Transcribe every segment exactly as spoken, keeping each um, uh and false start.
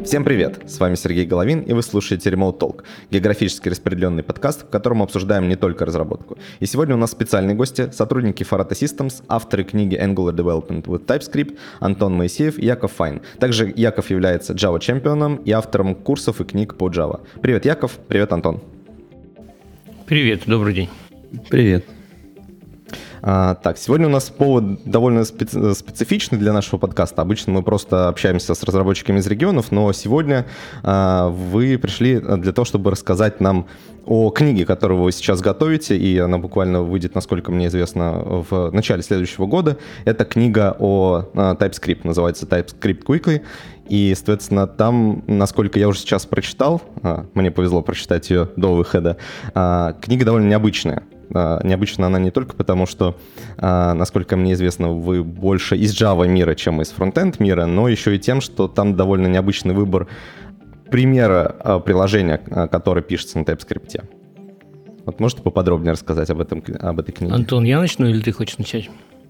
Всем привет! С вами Сергей Головин, и вы слушаете Remote Talk, географически распределенный подкаст, в котором мы обсуждаем не только разработку. И сегодня у нас специальные гости, сотрудники Farata Systems, авторы книги Angular Development with TypeScript Антон Моисеев и Яков Файн. Также Яков является Java-чемпионом и автором курсов и книг по Java. Привет, Яков! Привет, Антон! Привет, добрый день! Привет! А, так, сегодня у нас повод довольно специ- специфичный для нашего подкаста. Обычно мы просто общаемся с разработчиками из регионов, но сегодня а, вы пришли для того, чтобы рассказать нам о книге, которую вы сейчас готовите, и она буквально выйдет, насколько мне известно, в начале следующего года. Это книга о а, TypeScript, называется TypeScript Quickly. И, соответственно, там, насколько я уже сейчас прочитал, а, мне повезло прочитать ее до выхода, а, книга довольно необычная. Необычно она не только потому, что, насколько мне известно, вы больше из Java мира, чем из фронтенд мира, но еще и тем, что там довольно необычный выбор примера приложения, которое пишется на TypeScript. Вот можете поподробнее рассказать об этом, об этой книге? Антон, я начну или ты хочешь начать?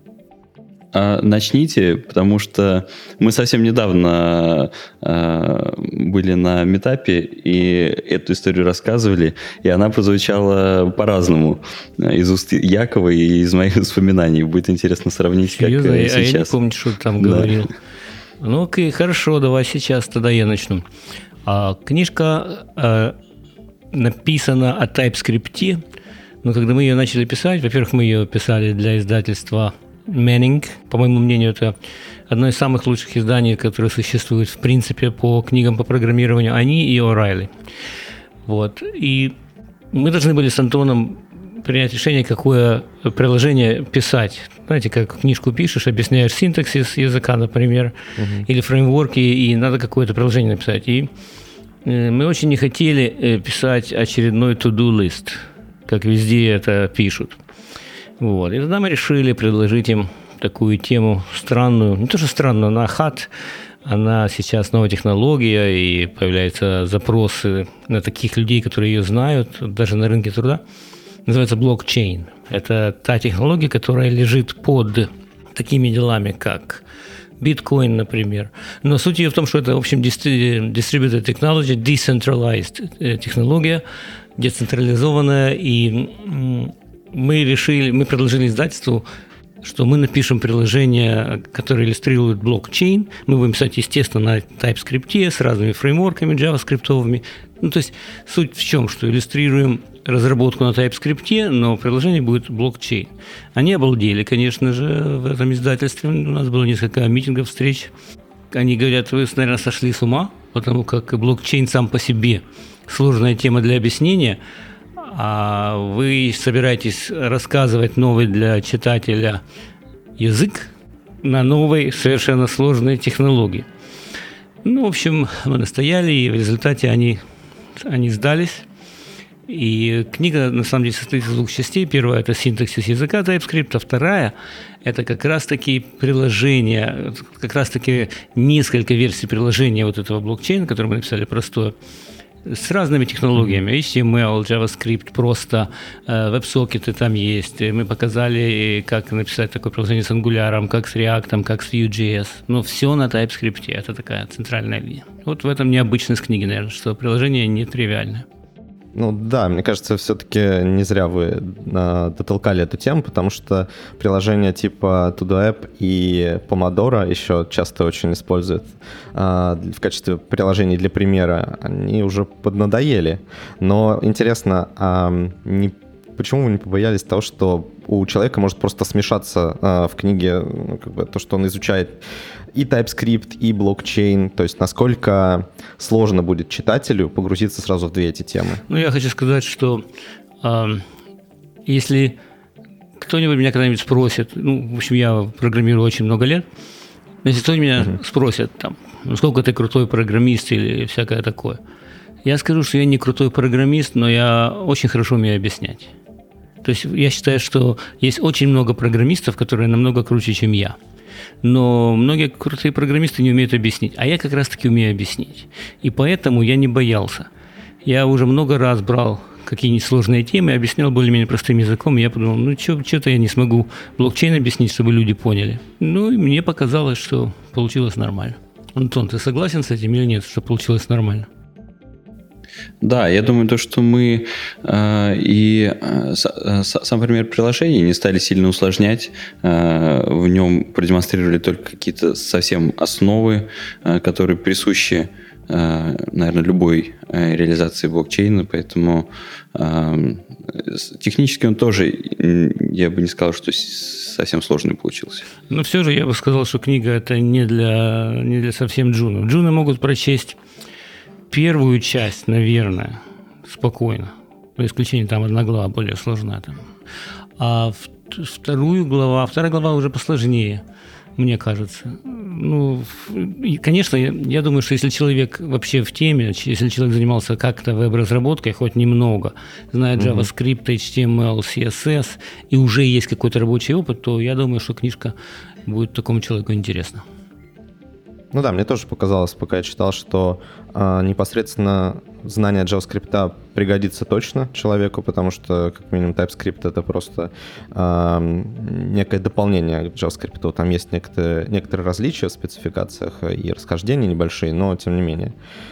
А, начните, потому что мы совсем недавно а, были на митапе и эту историю рассказывали, и она прозвучала по-разному из уст Якова и из моих воспоминаний. Будет интересно сравнить, Серьезно? как а сейчас. А я не помню, что ты там да. говорил. Ну окей, хорошо, давай сейчас тогда я начну. А, книжка а, написана о TypeScript, но когда мы ее начали писать, во-первых, мы ее писали для издательства Manning, по моему мнению, это одно из самых лучших изданий, которые существуют в принципе по книгам по программированию, они и O'Reilly. Вот. И мы должны были с Антоном принять решение, какое приложение писать. Знаете, как книжку пишешь, объясняешь синтаксис языка, например, uh-huh. или фреймворки, и надо какое-то приложение написать. И мы очень не хотели писать очередной to-do list, как везде это пишут. Вот. И тогда мы решили предложить им такую тему странную, не то что странную, она хат, она сейчас новая технология, и появляются запросы на таких людей, которые ее знают, даже на рынке труда. Называется блокчейн. Это та технология, которая лежит под такими делами, как биткоин, например. Но суть ее в том, что это, в общем, distributed technology, decentralized технология, децентрализованная, и мы решили, мы предложили издательству, что мы напишем приложение, которое иллюстрирует блокчейн. Мы будем писать, естественно, на TypeScript с разными фреймворками JavaScript. Ну, то есть суть в чем, что иллюстрируем разработку на TypeScript, но приложение будет блокчейн. Они обалдели, конечно же, в этом издательстве. У нас было несколько митингов, встреч. Они говорят, вы, наверное, сошли с ума, потому как блокчейн сам по себе сложная тема для объяснения, а вы собираетесь рассказывать новый для читателя язык на новой, совершенно сложной технологии. Ну, в общем, мы настояли, и в результате они, они сдались. И книга, на самом деле, состоит из двух частей. Первая – это синтаксис языка TypeScript, а вторая – это как раз-таки приложение, как раз-таки несколько версий приложения вот этого блокчейна, который мы написали простое, с разными технологиями, эйч ти эм эл, JavaScript, просто э, веб-сокеты там есть. Мы показали, как написать такое приложение с Angular, как с React, как с Vue.js. Но все на TypeScript. Это такая центральная линия. Вот в этом необычность книги, наверное, что приложение нетривиальное. Ну да, мне кажется, все-таки не зря вы а, дотолкали эту тему, потому что приложения типа TodoApp и Pomodoro еще часто очень используют а, в качестве приложений для примера. Они уже поднадоели. Но интересно, а не, почему вы не побоялись того, что у человека может просто смешаться а, в книге, ну, как бы, то, что он изучает и TypeScript, и блокчейн, то есть насколько сложно будет читателю погрузиться сразу в две эти темы? Ну, я хочу сказать, что э, если кто-нибудь меня когда-нибудь спросит, ну, в общем, я программирую очень много лет, но если кто-нибудь меня uh-huh. спросит, там, ну, сколько ты крутой программист или всякое такое, я скажу, что я не крутой программист, но я очень хорошо умею объяснять. То есть я считаю, что есть очень много программистов, которые намного круче, чем я. Но многие крутые программисты не умеют объяснить, а я как раз-таки умею объяснить. И поэтому я не боялся. Я уже много раз брал какие-нибудь сложные темы, объяснял более-менее простым языком, и я подумал, ну что-то я не смогу блокчейн объяснить, чтобы люди поняли. Ну и мне показалось, что получилось нормально. Антон, ты согласен с этим или нет, что получилось нормально? Да, я думаю, то, что мы э, и э, с, сам пример приложения не стали сильно усложнять, э, в нем продемонстрировали только какие-то совсем основы, э, которые присущи, э, наверное, любой э, реализации блокчейна, поэтому э, технически он тоже, я бы не сказал, что совсем сложный получился. Но все же я бы сказал, что книга это не для, не для совсем джунов. Джуны могут прочесть первую часть, наверное, спокойно. За исключением там одна глава более сложная. Там. А вторую глава, вторая глава уже посложнее, мне кажется. Ну, и, конечно, я, я думаю, что если человек вообще в теме, если человек занимался как-то веб-разработкой, хоть немного, знает JavaScript, эйч ти эм эл, си эс эс, и уже есть какой-то рабочий опыт, то я думаю, что книжка будет такому человеку интересна. Ну да, мне тоже показалось, пока я читал, что э, непосредственно знание JavaScript пригодится точно человеку, потому что, как минимум, TypeScript — это просто э, некое дополнение к JavaScript. Там есть некоторые, некоторые различия в спецификациях и расхождения небольшие, но тем не менее.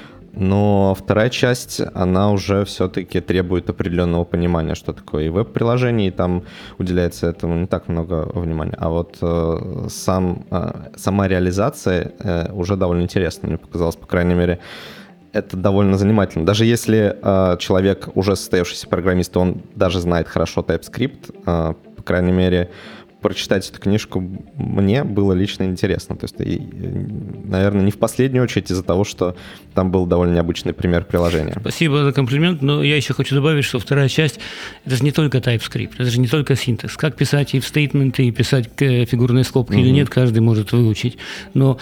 Но вторая часть, она уже все-таки требует определенного понимания, что такое и веб-приложение, и там уделяется этому не так много внимания. А вот э, сам, э, сама реализация э, уже довольно интересна, мне показалось, по крайней мере. Это довольно занимательно. Даже если э, человек уже состоявшийся программист, он даже знает хорошо TypeScript, э, по крайней мере, прочитать эту книжку мне было лично интересно. То есть, и, наверное, не в последнюю очередь из-за того, что там был довольно необычный пример приложения. Спасибо за комплимент, но я еще хочу добавить, что вторая часть – это же не только TypeScript, это же не только синтекс. Как писать if-стейтменты и писать фигурные скобки mm-hmm. или нет, каждый может выучить. Но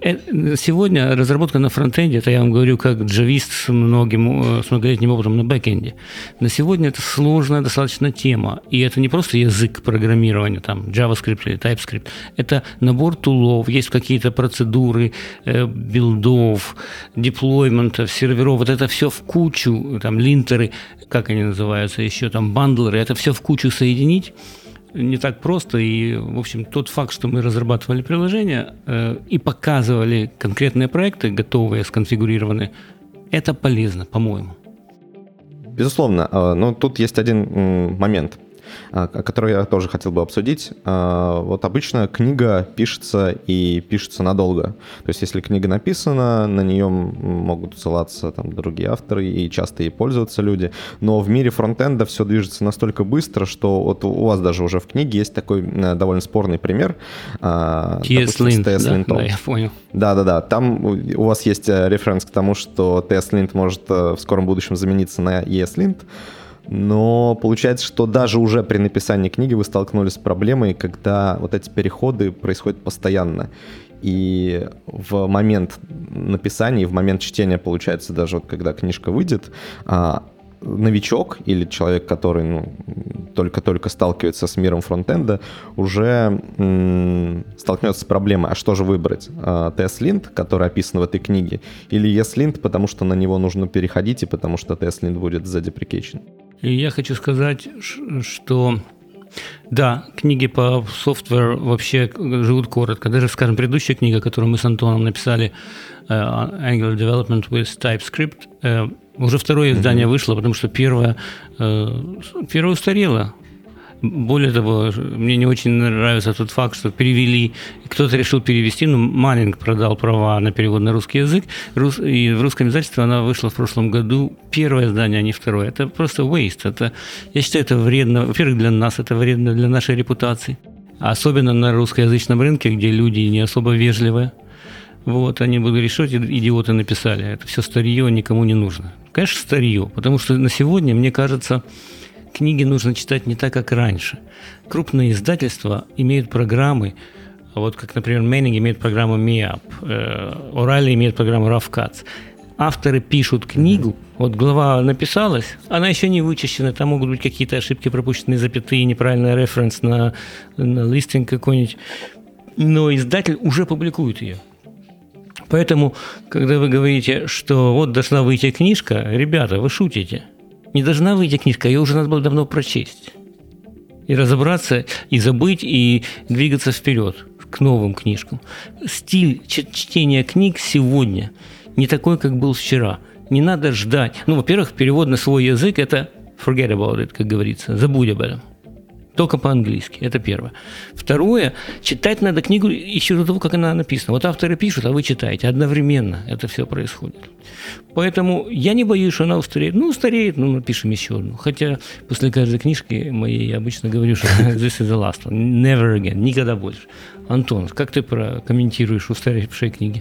сегодня разработка на фронтенде, это я вам говорю как джавист с, многим, с многолетним опытом на бэкенде. На сегодня это сложная достаточно тема. И это не просто язык программирования, там, JavaScript или TypeScript. Это набор тулов, есть какие-то процедуры, э, билдов, деплойментов, серверов. Вот это все в кучу, там, линтеры, как они называются еще, там, бандлеры. Это все в кучу соединить не так просто, и, в общем, тот факт, что мы разрабатывали приложение э, и показывали конкретные проекты, готовые, сконфигурированные, это полезно, по-моему. Безусловно, но тут есть один момент, который я тоже хотел бы обсудить. Вот обычно книга пишется и пишется надолго. То есть если книга написана, на нее могут ссылаться там другие авторы, и часто ей пользуются люди. Но в мире фронтенда все движется настолько быстро, что вот у вас даже уже в книге есть такой довольно спорный пример. ти эс-Lint, да, да, я понял. Да-да-да, там у вас есть референс к тому, что ти эс-Lint может в скором будущем замениться на и эс-Lint. Но получается, что даже уже при написании книги вы столкнулись с проблемой, когда вот эти переходы происходят постоянно. И в момент написания, в момент чтения, получается, даже вот когда книжка выйдет, новичок или человек, который ну, только-только сталкивается с миром фронтенда, уже м- столкнется с проблемой, а что же выбрать? ти эс-Lint, который описан в этой книге, или и эс-Lint, потому что на него нужно переходить, и потому что ти эс-Lint будет задеприкейчен? И я хочу сказать, что да, книги по софтверу вообще живут коротко. Даже, скажем, предыдущая книга, которую мы с Антоном написали, Angular Development with TypeScript, уже второе издание mm-hmm. вышло, потому что первое, первое устарело. Более того, мне не очень нравится тот факт, что перевели, кто-то решил перевести, ну, Малинг продал права на перевод на русский язык, и в русском издательстве она вышла в прошлом году, первое издание, а не второе. Это просто waste. Это, я считаю, это вредно, во-первых, для нас, это вредно для нашей репутации. Особенно на русскоязычном рынке, где люди не особо вежливые. Вот, они будут решать, идиоты написали. Это все старье, никому не нужно. Конечно, старье, потому что на сегодня, мне кажется, книги нужно читать не так, как раньше. Крупные издательства имеют программы, вот как, например, Manning имеет программу MeUp, O'Reilly имеет программу Rough Cuts. Авторы пишут книгу, вот глава написалась, она еще не вычищена, там могут быть какие-то ошибки, пропущенные запятые, неправильный референс на, на листинг какой-нибудь, но издатель уже публикует ее. Поэтому, когда вы говорите, что вот должна выйти книжка, ребята, вы шутите. Не должна выйти книжка, ее уже надо было давно прочесть. И разобраться, и забыть, и двигаться вперед. к новым книжкам. Стиль чтения книг сегодня не такой, как был вчера. Не надо ждать. Ну, во-первых, перевод на свой язык – это forget about it, как говорится, забудь об этом. Только по-английски, это первое. Второе, читать надо книгу еще до того, как она написана. Вот авторы пишут, а вы читаете. Одновременно это все происходит. Поэтому я не боюсь, что она устареет. Ну, устареет, ну, напишем еще одну. Хотя после каждой книжки моей я обычно говорю, что this is the last one. Never again, никогда больше. Антон, как ты прокомментируешь устаревшие книги?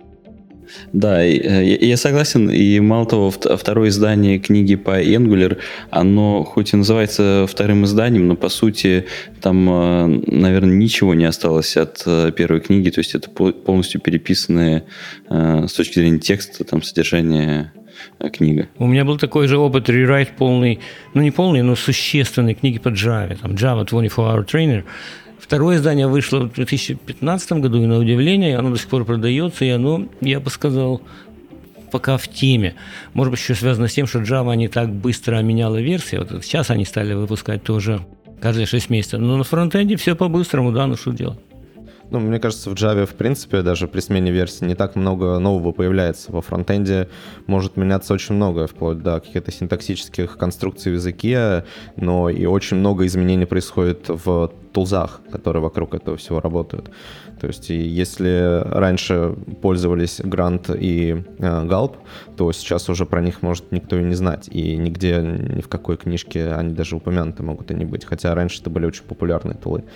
Да, я согласен, и мало того, второе издание книги по Angular, оно хоть и называется вторым изданием, но по сути там, наверное, ничего не осталось от первой книги, то есть это полностью переписанное с точки зрения текста, там, содержание книга. У меня был такой же опыт рерайт полный, ну не полный, но существенной книги по Java, там Java двадцать четыре hour Trainer. Второе издание вышло в две тысячи пятнадцатом году, и на удивление, оно до сих пор продается, и оно, я бы сказал, пока в теме. Может быть, еще связано с тем, что Java не так быстро меняла версии. Вот сейчас они стали выпускать тоже каждые шесть месяцев. Но на фронтенде все по-быстрому, да, ну что делать? Ну, мне кажется, в Java, в принципе, даже при смене версии не так много нового появляется. Во фронтенде может меняться очень многое, вплоть до каких-то синтаксических конструкций в языке, но и очень много изменений происходит в тулзах, которые вокруг этого всего работают. То есть, если раньше пользовались Grunt и э, Gulp, то сейчас уже про них может никто и не знать, и нигде, ни в какой книжке они даже упомянуты могут и не быть, хотя раньше это были очень популярные тулы.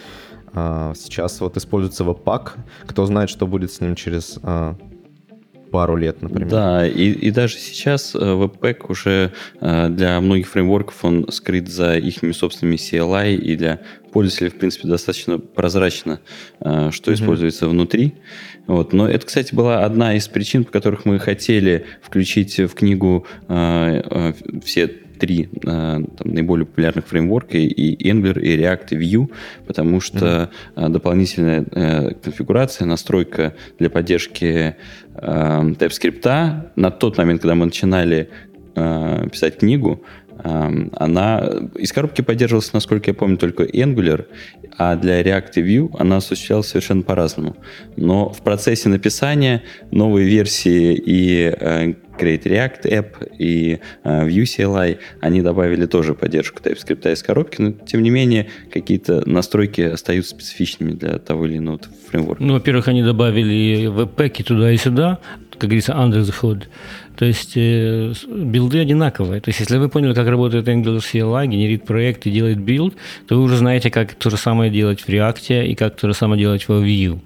Сейчас вот используется Webpack. Кто знает, что будет с ним через а, пару лет, например. Да, и, и даже сейчас Webpack уже а, для многих фреймворков он скрыт за их собственными си эл ай, и для пользователей, в принципе, достаточно прозрачно, а, что mm-hmm. используется внутри. Вот. Но это, кстати, была одна из причин, по которых мы хотели включить в книгу а, а, все три а, там, наиболее популярных фреймворка, и Angular, и React, и Vue, потому что mm-hmm. дополнительная а, конфигурация, настройка для поддержки а, TypeScript на тот момент, когда мы начинали а, писать книгу, а, она из коробки поддерживалась, насколько я помню, только Angular, а для React и Vue она осуществлялась совершенно по-разному. Но в процессе написания новые версии и а, Create React App и uh, Vue си эл ай, они добавили тоже поддержку TypeScript из коробки, но, тем не менее, какие-то настройки остаются специфичными для того или иного фреймворка. Ну, во-первых, они добавили веб-пэки туда и сюда, как говорится, under the hood. То есть э, билды одинаковые. То есть, если вы поняли, как работает Angular си эл ай, генерит проект и делает билд, то вы уже знаете, как то же самое делать в React и как то же самое делать во Vue.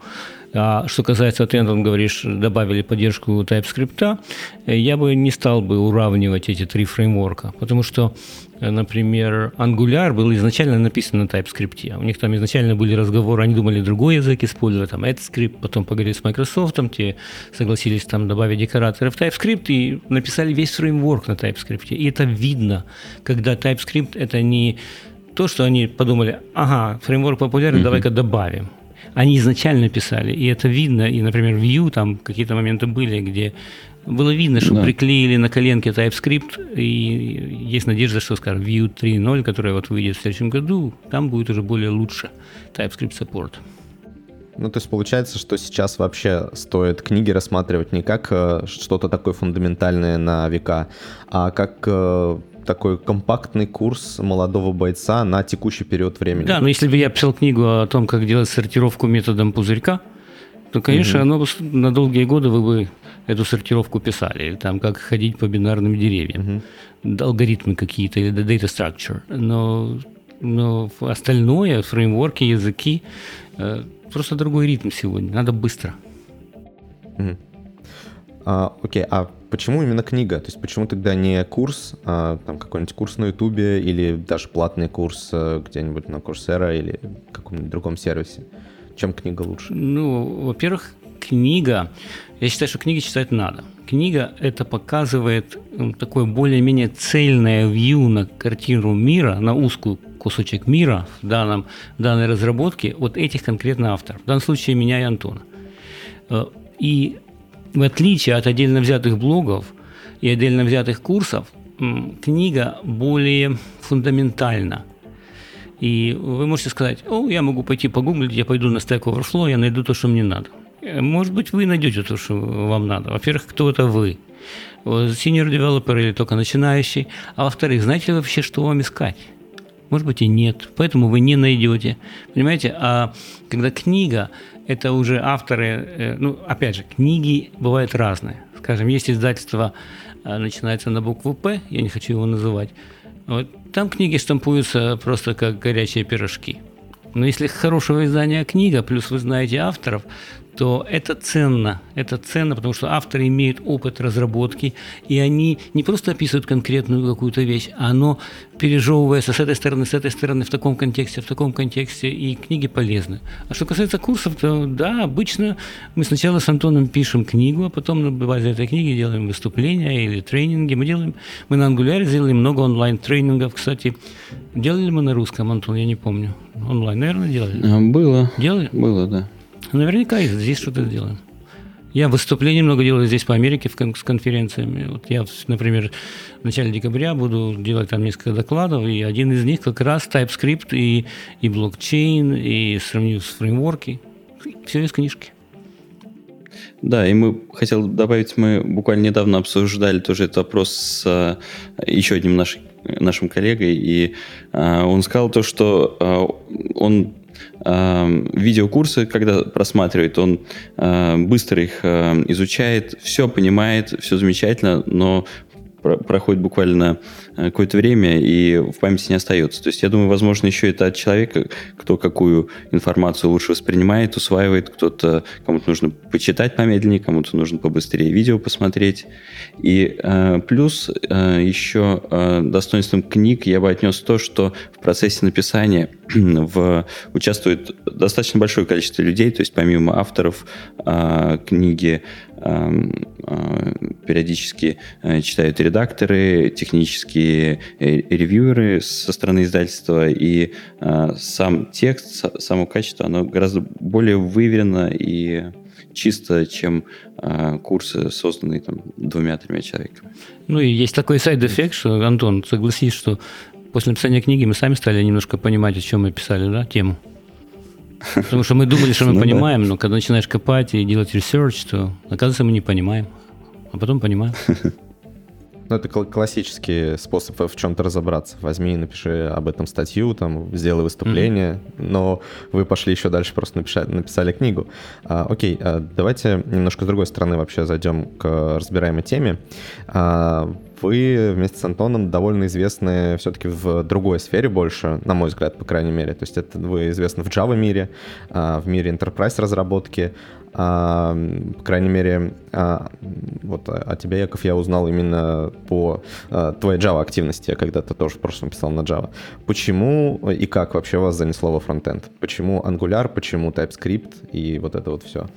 А что касается, ты, Антон, говоришь, добавили поддержку TypeScript, я бы не стал бы уравнивать эти три фреймворка, потому что, например, Angular был изначально написан на TypeScript. У них там изначально были разговоры, они думали другой язык использовать, там AdScript, потом поговорили с Microsoft, те согласились там добавить декораторы в TypeScript и написали весь фреймворк на TypeScript. И это видно, когда TypeScript это не то, что они подумали, ага, фреймворк популярный, mm-hmm. давай-ка добавим. Они изначально писали, и это видно, и, например, в Vue там какие-то моменты были, где было видно, что да. приклеили на коленке TypeScript, и есть надежда, что, скажем, Vue три ноль, которая вот выйдет в следующем году, там будет уже более лучше TypeScript support. Ну, то есть получается, что сейчас вообще стоит книги рассматривать не как э, что-то такое фундаментальное на века, а как э, такой компактный курс молодого бойца на текущий период времени. Да, но если бы я писал книгу о том, как делать сортировку методом пузырька, то, конечно, угу. оно, на долгие годы вы бы эту сортировку писали, или там как ходить по бинарным деревьям, угу. алгоритмы какие-то, или data structure. Но, но остальное, фреймворки, языки, э, просто другой ритм сегодня, надо быстро. Угу. А, окей, а почему именно книга? То есть почему тогда не курс, а там какой-нибудь курс на Ютубе или даже платный курс где-нибудь на Coursera или каком-нибудь другом сервисе? Чем книга лучше? Ну, во-первых, книга, я считаю, что книги читать надо. Книга это показывает такое более-менее цельное view на картину мира, на узкую кусочек мира в, данном, в данной разработке от этих конкретно авторов. В данном случае меня и Антона. И в отличие от отдельно взятых блогов и отдельно взятых курсов, книга более фундаментальна. И вы можете сказать, о, я могу пойти погуглить, я пойду на Stack Overflow, я найду то, что мне надо. Может быть, вы найдете то, что вам надо. Во-первых, кто это вы? Senior developer или только начинающий? А во-вторых, знаете ли вообще, что вам искать? Может быть и нет, поэтому вы не найдете. Понимаете? А когда книга, это уже авторы, ну, опять же, книги бывают разные. Скажем, есть издательство, начинается на букву «П», я не хочу его называть. Вот, там книги штампуются просто как горячие пирожки. Но если хорошего издания книга, плюс вы знаете авторов, то это ценно. Это ценно, потому что авторы имеют опыт разработки, и они не просто описывают конкретную какую-то вещь, а оно пережевывается с этой стороны, с этой стороны, в таком контексте, в таком контексте, и книги полезны. А что касается курсов, то да, обычно мы сначала с Антоном пишем книгу, а потом на базе этой книги делаем выступления или тренинги. Мы делаем, мы на Angular сделали много онлайн-тренингов, кстати. Делали мы на русском, Антон, я не помню. Онлайн, наверное, делали? Было. Делали? Было, да. Наверняка и здесь что-то сделаем. Я выступлений много делаю здесь по Америке с конференциями. Вот я, например, в начале декабря буду делать там несколько докладов, и один из них как раз TypeScript и, и блокчейн, и сравню с фреймворки. Все из книжки. Да, и мы, хотел добавить, мы буквально недавно обсуждали тоже этот вопрос с а, еще одним наш, нашим коллегой, и а, он сказал то, что а, он видеокурсы, когда просматривает, он э, быстро их э, изучает, все понимает, все замечательно, но про- проходит буквально какое-то время и в памяти не остается. То есть я думаю, возможно, еще это от человека, кто какую информацию лучше воспринимает, усваивает, кто-то, кому-то нужно почитать помедленнее, кому-то нужно побыстрее видео посмотреть. И э, плюс э, еще э, достоинством книг я бы отнес то, что в процессе написания в, участвует достаточно большое количество людей, то есть помимо авторов э, книги э, э, периодически э, читают редакторы, технические ревьюеры со стороны издательства, и э, сам текст, само качество, оно гораздо более выверено и чисто, чем э, курсы, созданные там двумя-тремя человеками. Ну и есть такой сайд-эффект, что, Антон, согласись, что после написания книги мы сами стали немножко понимать, о чем мы писали, да, тему. Потому что мы думали, что мы понимаем, но когда начинаешь копать и делать ресерч, то, оказывается, мы не понимаем, а потом понимаем. Ну, это классический способ в чем-то разобраться. Возьми и напиши об этом статью, там, сделай выступление, mm-hmm. но вы пошли еще дальше, просто написали, написали книгу. А, окей, а, давайте немножко с другой стороны вообще зайдем к разбираемой теме. А, вы вместе с Антоном довольно известны все-таки в другой сфере больше, на мой взгляд, по крайней мере. То есть это вы известны в Java мире, в мире enterprise разработки. А, по крайней мере, а, вот о тебе, Яков, я узнал именно по а, твоей Java активности. Я когда-то тоже в прошлом писал на Java. Почему и как вообще вас занесло во фронтенд? Почему Angular, почему TypeScript и вот это вот все?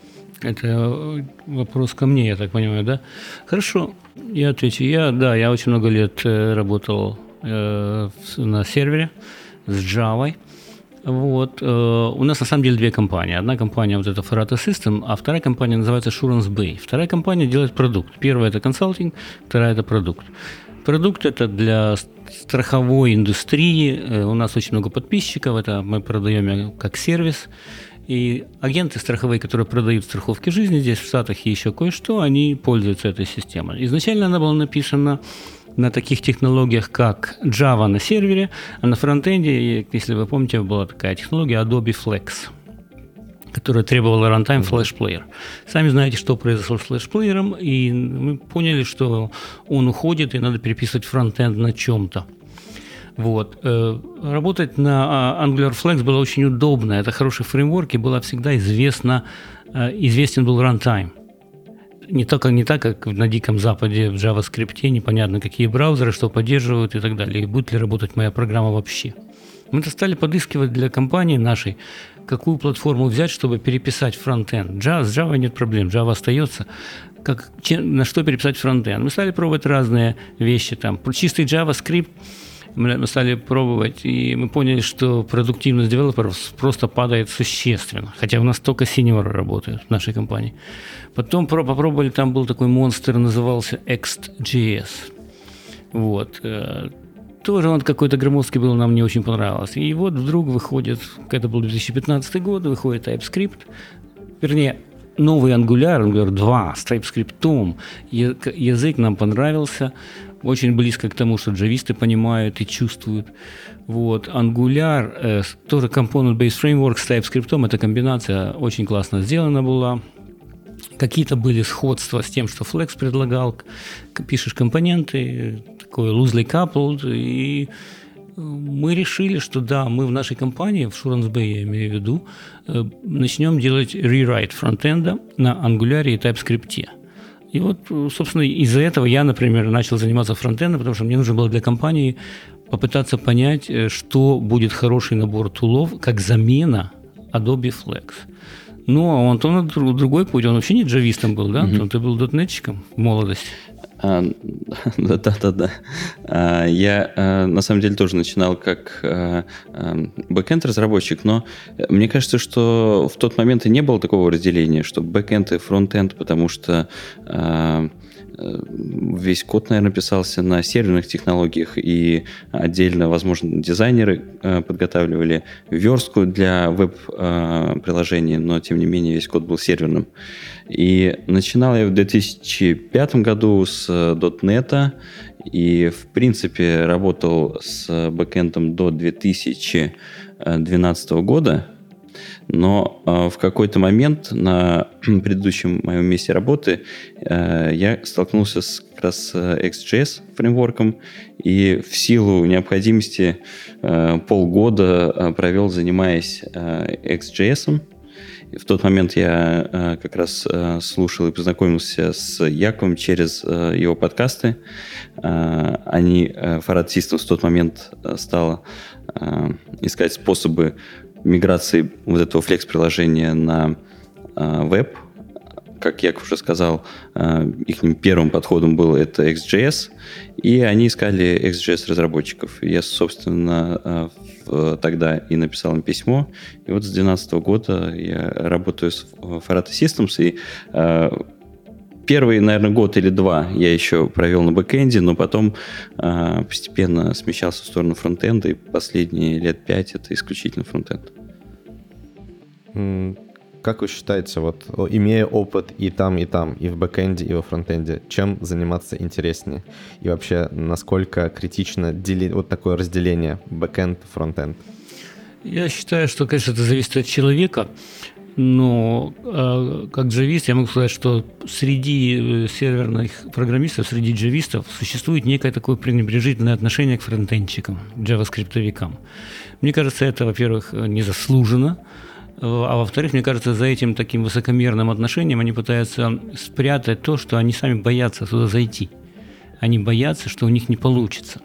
Это вопрос ко мне, я так понимаю, да? Хорошо, я отвечу. Я, да, я очень много лет работал э, на сервере с Java. Вот. У нас на самом деле две компании. Одна компания вот это Farata System, а вторая компания называется Assurance Bay. Вторая компания делает продукт. Первая это консалтинг, вторая это продукт. Продукт это для страховой индустрии. У нас очень много подписчиков. Это мы продаем как сервис. И агенты страховые, которые продают страховки жизни здесь в Штатах и еще кое-что, они пользуются этой системой. Изначально она была написана на таких технологиях, как Java на сервере, а на фронтенде, если вы помните, была такая технология Adobe Flex, которая требовала runtime Flash Player. Сами знаете, что произошло с Flash Player, и мы поняли, что он уходит, и надо переписывать фронтенд на чем-то. Вот. Работать на Angular Flex было очень удобно. Это хороший фреймворк, и было всегда известно, известен был runtime. Не так, не так, как на Диком Западе в JavaScript, непонятно, какие браузеры, что поддерживают и так далее, и будет ли работать моя программа вообще. Мы-то стали подыскивать для компании нашей, какую платформу взять, чтобы переписать фронтенд. Java, с Java нет проблем, Java остается. Как, на что переписать фронтенд? Мы стали пробовать разные вещи. Там, чистый JavaScript мы стали пробовать, и мы поняли, что продуктивность девелоперов просто падает существенно. Хотя у нас только синьоры работают в нашей компании. Потом попробовали, там был такой монстр, назывался Ext.js. Вот. тоже он какой-то громоздкий был, нам не очень понравился. И вот вдруг выходит, это был две тысячи пятнадцатый год, выходит TypeScript, вернее, новый Angular, Angular два с TypeScript. Язык нам понравился, очень близко к тому, что джависты понимают и чувствуют. Вот. Angular, э, тоже Component-Based Framework с TypeScript, эта комбинация очень классно сделана была. Какие-то были сходства с тем, что Flex предлагал. Пишешь компоненты, такой loosely coupled, и мы решили, что да, мы в нашей компании, в Assurance Bay, я имею в виду, начнем делать rewrite фронтенда на Angular и TypeScript. И вот, собственно, из-за этого я, например, начал заниматься фронтендом, потому что мне нужно было для компании попытаться понять, что будет хороший набор тулов, как замена Adobe Flex. Ну, а у Антона другой путь, он вообще не джавистом был, да? Mm-hmm. Ты был дотнетчиком в молодости. Да-да-да. Я, на самом деле, тоже начинал как бэкэнд-разработчик, но мне кажется, что в тот момент и не было такого разделения, что бэкэнд и фронтенд, потому что весь код, наверное, писался на серверных технологиях, и отдельно, возможно, дизайнеры подготавливали верстку для веб-приложений, но, тем не менее, весь код был серверным. И начинал я в две тысячи пятом году с .дот нет, и, в принципе, работал с бэкэндом до две тысячи двенадцатого года. Но э, в какой-то момент на предыдущем моем месте работы э, я столкнулся с, как раз с икс джей эс фреймворком, и в силу необходимости э, полгода э, провел, занимаясь э, икс джей эс. В тот момент я э, как раз э, слушал и познакомился с Яковом через э, его подкасты. Э, они, э, Farad Systems в тот момент э, стала э, искать способы миграции вот этого флекс-приложения на э, веб. Как я уже сказал, э, их первым подходом был это икс джей эс, и они искали икс джей эс-разработчиков. Я, собственно, э, в, тогда и написал им письмо. И вот с две тысячи двенадцатого года я работаю с Farad Systems, и э, первый, наверное, год или два я еще провел на бэкэнде, но потом э, постепенно смещался в сторону фронтенда, и последние лет пять это исключительно фронтенд. Как вы считаете, вот имея опыт и там, и там, и в бэкэнде, и во фронтенде, чем заниматься интереснее? И вообще, насколько критично дели... вот такое разделение бэкэнд, фронтенд? Я считаю, что, конечно, это зависит от человека. Но э, как джавист я могу сказать, что среди серверных программистов, среди джавистов существует некое такое пренебрежительное отношение к фронтендчикам, к джаваскриптовикам. Мне кажется, это, во-первых, незаслуженно, а во-вторых, мне кажется, за этим таким высокомерным отношением они пытаются спрятать то, что они сами боятся туда зайти. Они боятся, что у них не получится.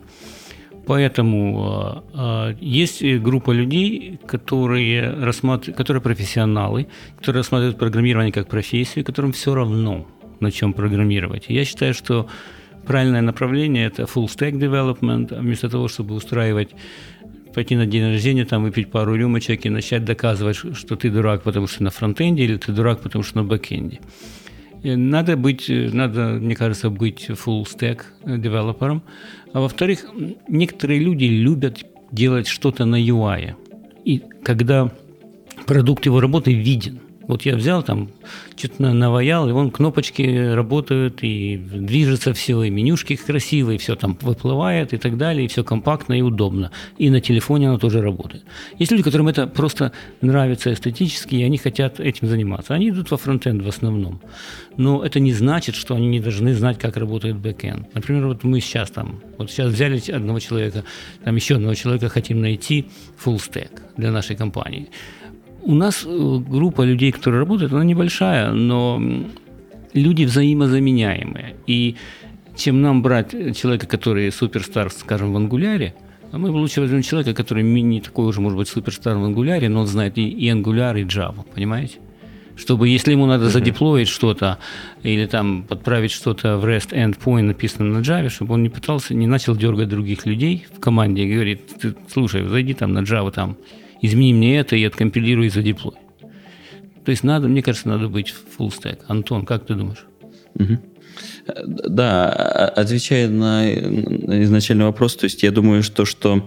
Поэтому э, есть группа людей, которые, рассматр... которые профессионалы, которые рассматривают программирование как профессию, которым все равно, на чем программировать. И я считаю, что правильное направление – это full stack development, вместо того, чтобы устраивать, пойти на день рождения, там, выпить пару рюмочек и начать доказывать, что ты дурак, потому что на фронтенде, или ты дурак, потому что на бэкенде. Надо быть, надо, мне кажется, быть full stack девелопером. А во-вторых, некоторые люди любят делать что-то на ю ай. И когда продукт его работы виден. Вот я взял там, что-то наваял, и вон кнопочки работают, и движется все, и менюшки красивые, и все там выплывает, и так далее, и все компактно и удобно. И на телефоне оно тоже работает. Есть люди, которым это просто нравится эстетически, и они хотят этим заниматься. Они идут во фронтенд в основном. Но это не значит, что они не должны знать, как работает бэкенд. Например, вот мы сейчас там, вот сейчас взяли одного человека, там еще одного человека хотим найти full stack для нашей компании. У нас группа людей, которые работают, она небольшая, но люди взаимозаменяемые. И чем нам брать человека, который суперстар, скажем, в Angular, а мы лучше возьмем человека, который не такой уже, может быть, суперстар в Angular, но он знает и, и Angular, и Java, понимаете? Чтобы, если ему надо задеплоить что-то или там подправить что-то в REST endpoint, написанное на Java, чтобы он не пытался, не начал дергать других людей в команде и говорит: ты, слушай, зайди там на Java, там, измени мне это и откомпилируй и задеплой. То есть надо, мне кажется, надо быть full stack. Антон, как ты думаешь? Угу. Да, отвечая на изначальный вопрос, то есть я думаю, что, что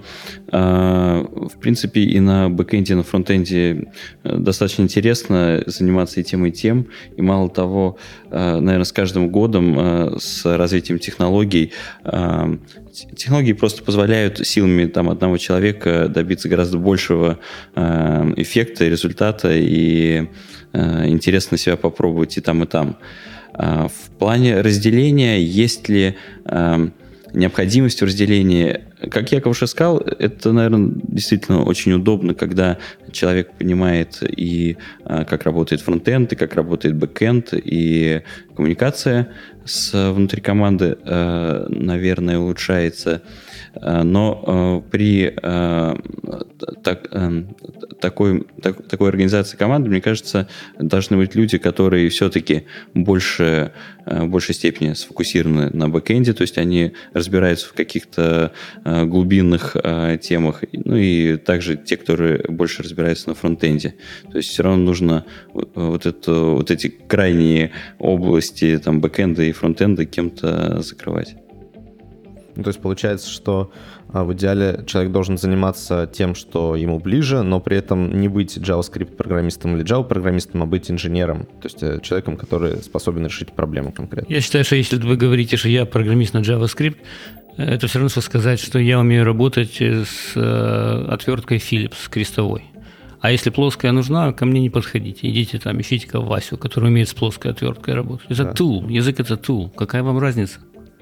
в принципе и на бэкэнде, и на фронтенде достаточно интересно заниматься и тем, и тем. И мало того, наверное, с каждым годом, с развитием технологий, технологии просто позволяют силами там, одного человека добиться гораздо большего эффекта, результата, и интересно себя попробовать и там, и там. В плане разделения, есть ли э, необходимость в разделении, как Яков уже сказал, это, наверное, действительно очень удобно, когда человек понимает и э, как работает фронтенд, и как работает бэкенд, и коммуникация с внутри команды, э, наверное, улучшается. Но э, при э, так, э, такой, так, такой организации команды, мне кажется, должны быть люди, которые все-таки больше, э, в большей степени сфокусированы на бэкэнде, то есть они разбираются в каких-то э, глубинных э, темах, ну и также те, которые больше разбираются на фронтенде. То есть все равно нужно вот, эту, вот эти крайние области там, бэкэнда и фронтенда кем-то закрывать. Ну, то есть получается, что а, в идеале человек должен заниматься тем, что ему ближе, но при этом не быть JavaScript-программистом или Java-программистом, а быть инженером, то есть э, человеком, который способен решить проблему конкретно. Я считаю, что если вы говорите, что я программист на JavaScript, это все равно, что сказать, что я умею работать с э, отверткой Philips крестовой. А если плоская нужна, ко мне не подходите. Идите там, ищите-ка Васю, который умеет с плоской отверткой работать. Это да. tool, язык это tool. Какая вам разница?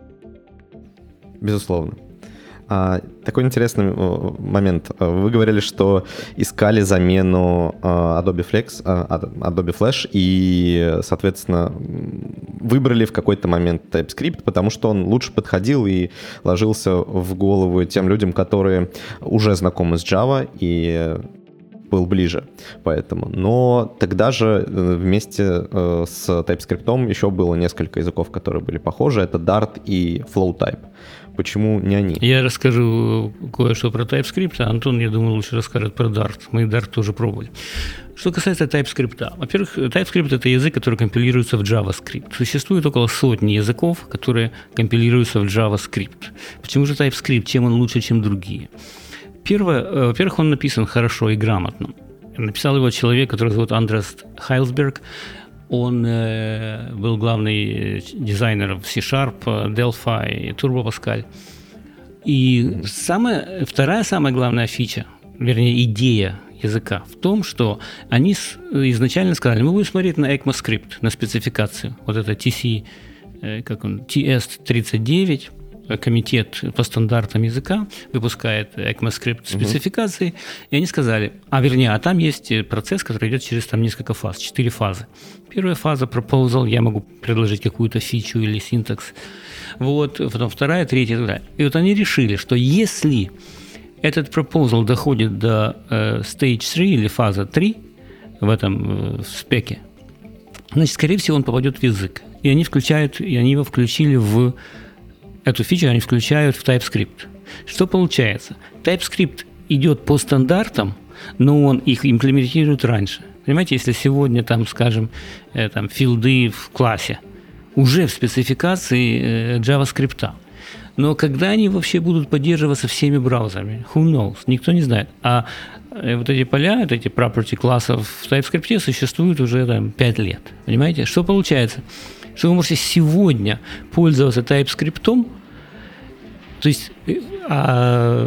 Безусловно. А, такой интересный момент. Вы говорили, что искали замену Adobe Flex, Adobe Flash и, соответственно, выбрали в какой-то момент TypeScript, потому что он лучше подходил и ложился в голову тем людям, которые уже знакомы с Java и был ближе, поэтому. Но тогда же вместе с TypeScript еще было несколько языков, которые были похожи. Это Dart и FlowType. Почему не они? Я расскажу кое-что про TypeScript, а Антон, я думаю, лучше расскажет про Dart. Мы Dart тоже пробовали. Что касается TypeScript. Во-первых, TypeScript – это язык, который компилируется в JavaScript. Существует около сотни языков, которые компилируются в JavaScript. Почему же TypeScript? Чем он лучше, чем другие? Первое, во-первых, он написан хорошо и грамотно. Написал его человек, который зовут Андрес Хайлсберг. Он э, был главный дизайнер в C-Sharp, Delphi, Turbo Pascal. И самая, вторая самая главная фича, вернее, идея языка в том, что они изначально сказали, мы будем смотреть на ECMAScript, на спецификацию. Вот это ти си, э, как он, ти эс тридцать девять, комитет по стандартам языка выпускает ECMAScript спецификации, угу. И они сказали, а вернее, а там есть процесс, который идет через там несколько фаз, четыре фазы. Первая фаза proposal, я могу предложить какую-то фичу или синтакс, вот, потом вторая, третья и так далее. И вот они решили, что если этот proposal доходит до э, stage три или фаза три в этом э, в спеке, значит, скорее всего, он попадет в язык. И они включают, и они его включили в эту фичу, они включают в TypeScript. Что получается? TypeScript идет по стандартам, но он их имплементирует раньше. Понимаете, если сегодня, там, скажем, э, там, филды в классе уже в спецификации э, JavaScript, но когда они вообще будут поддерживаться всеми браузерами? Who knows? Никто не знает. А э, вот эти поля, вот эти property классов в TypeScript существуют уже там, пять лет. Понимаете? Что получается? Что вы можете сегодня пользоваться TypeScript, то есть а,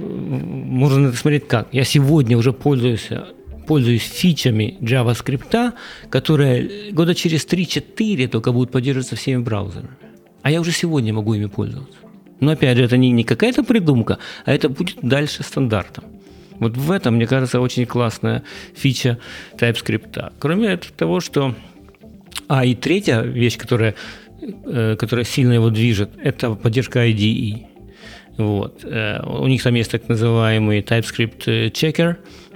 можно это смотреть как. Я сегодня уже пользуюсь, пользуюсь фичами JavaScript, которые года через три-четыре только будут поддерживаться всеми браузерами. А я уже сегодня могу ими пользоваться. Но опять же, это не, не какая-то придумка, а это будет дальше стандартом. Вот в этом, мне кажется, очень классная фича TypeScript. Кроме того, что... А, и третья вещь, которая, э, которая сильно его движет, это поддержка ай ди и. Вот. Э, у них там есть так называемый TypeScript checker,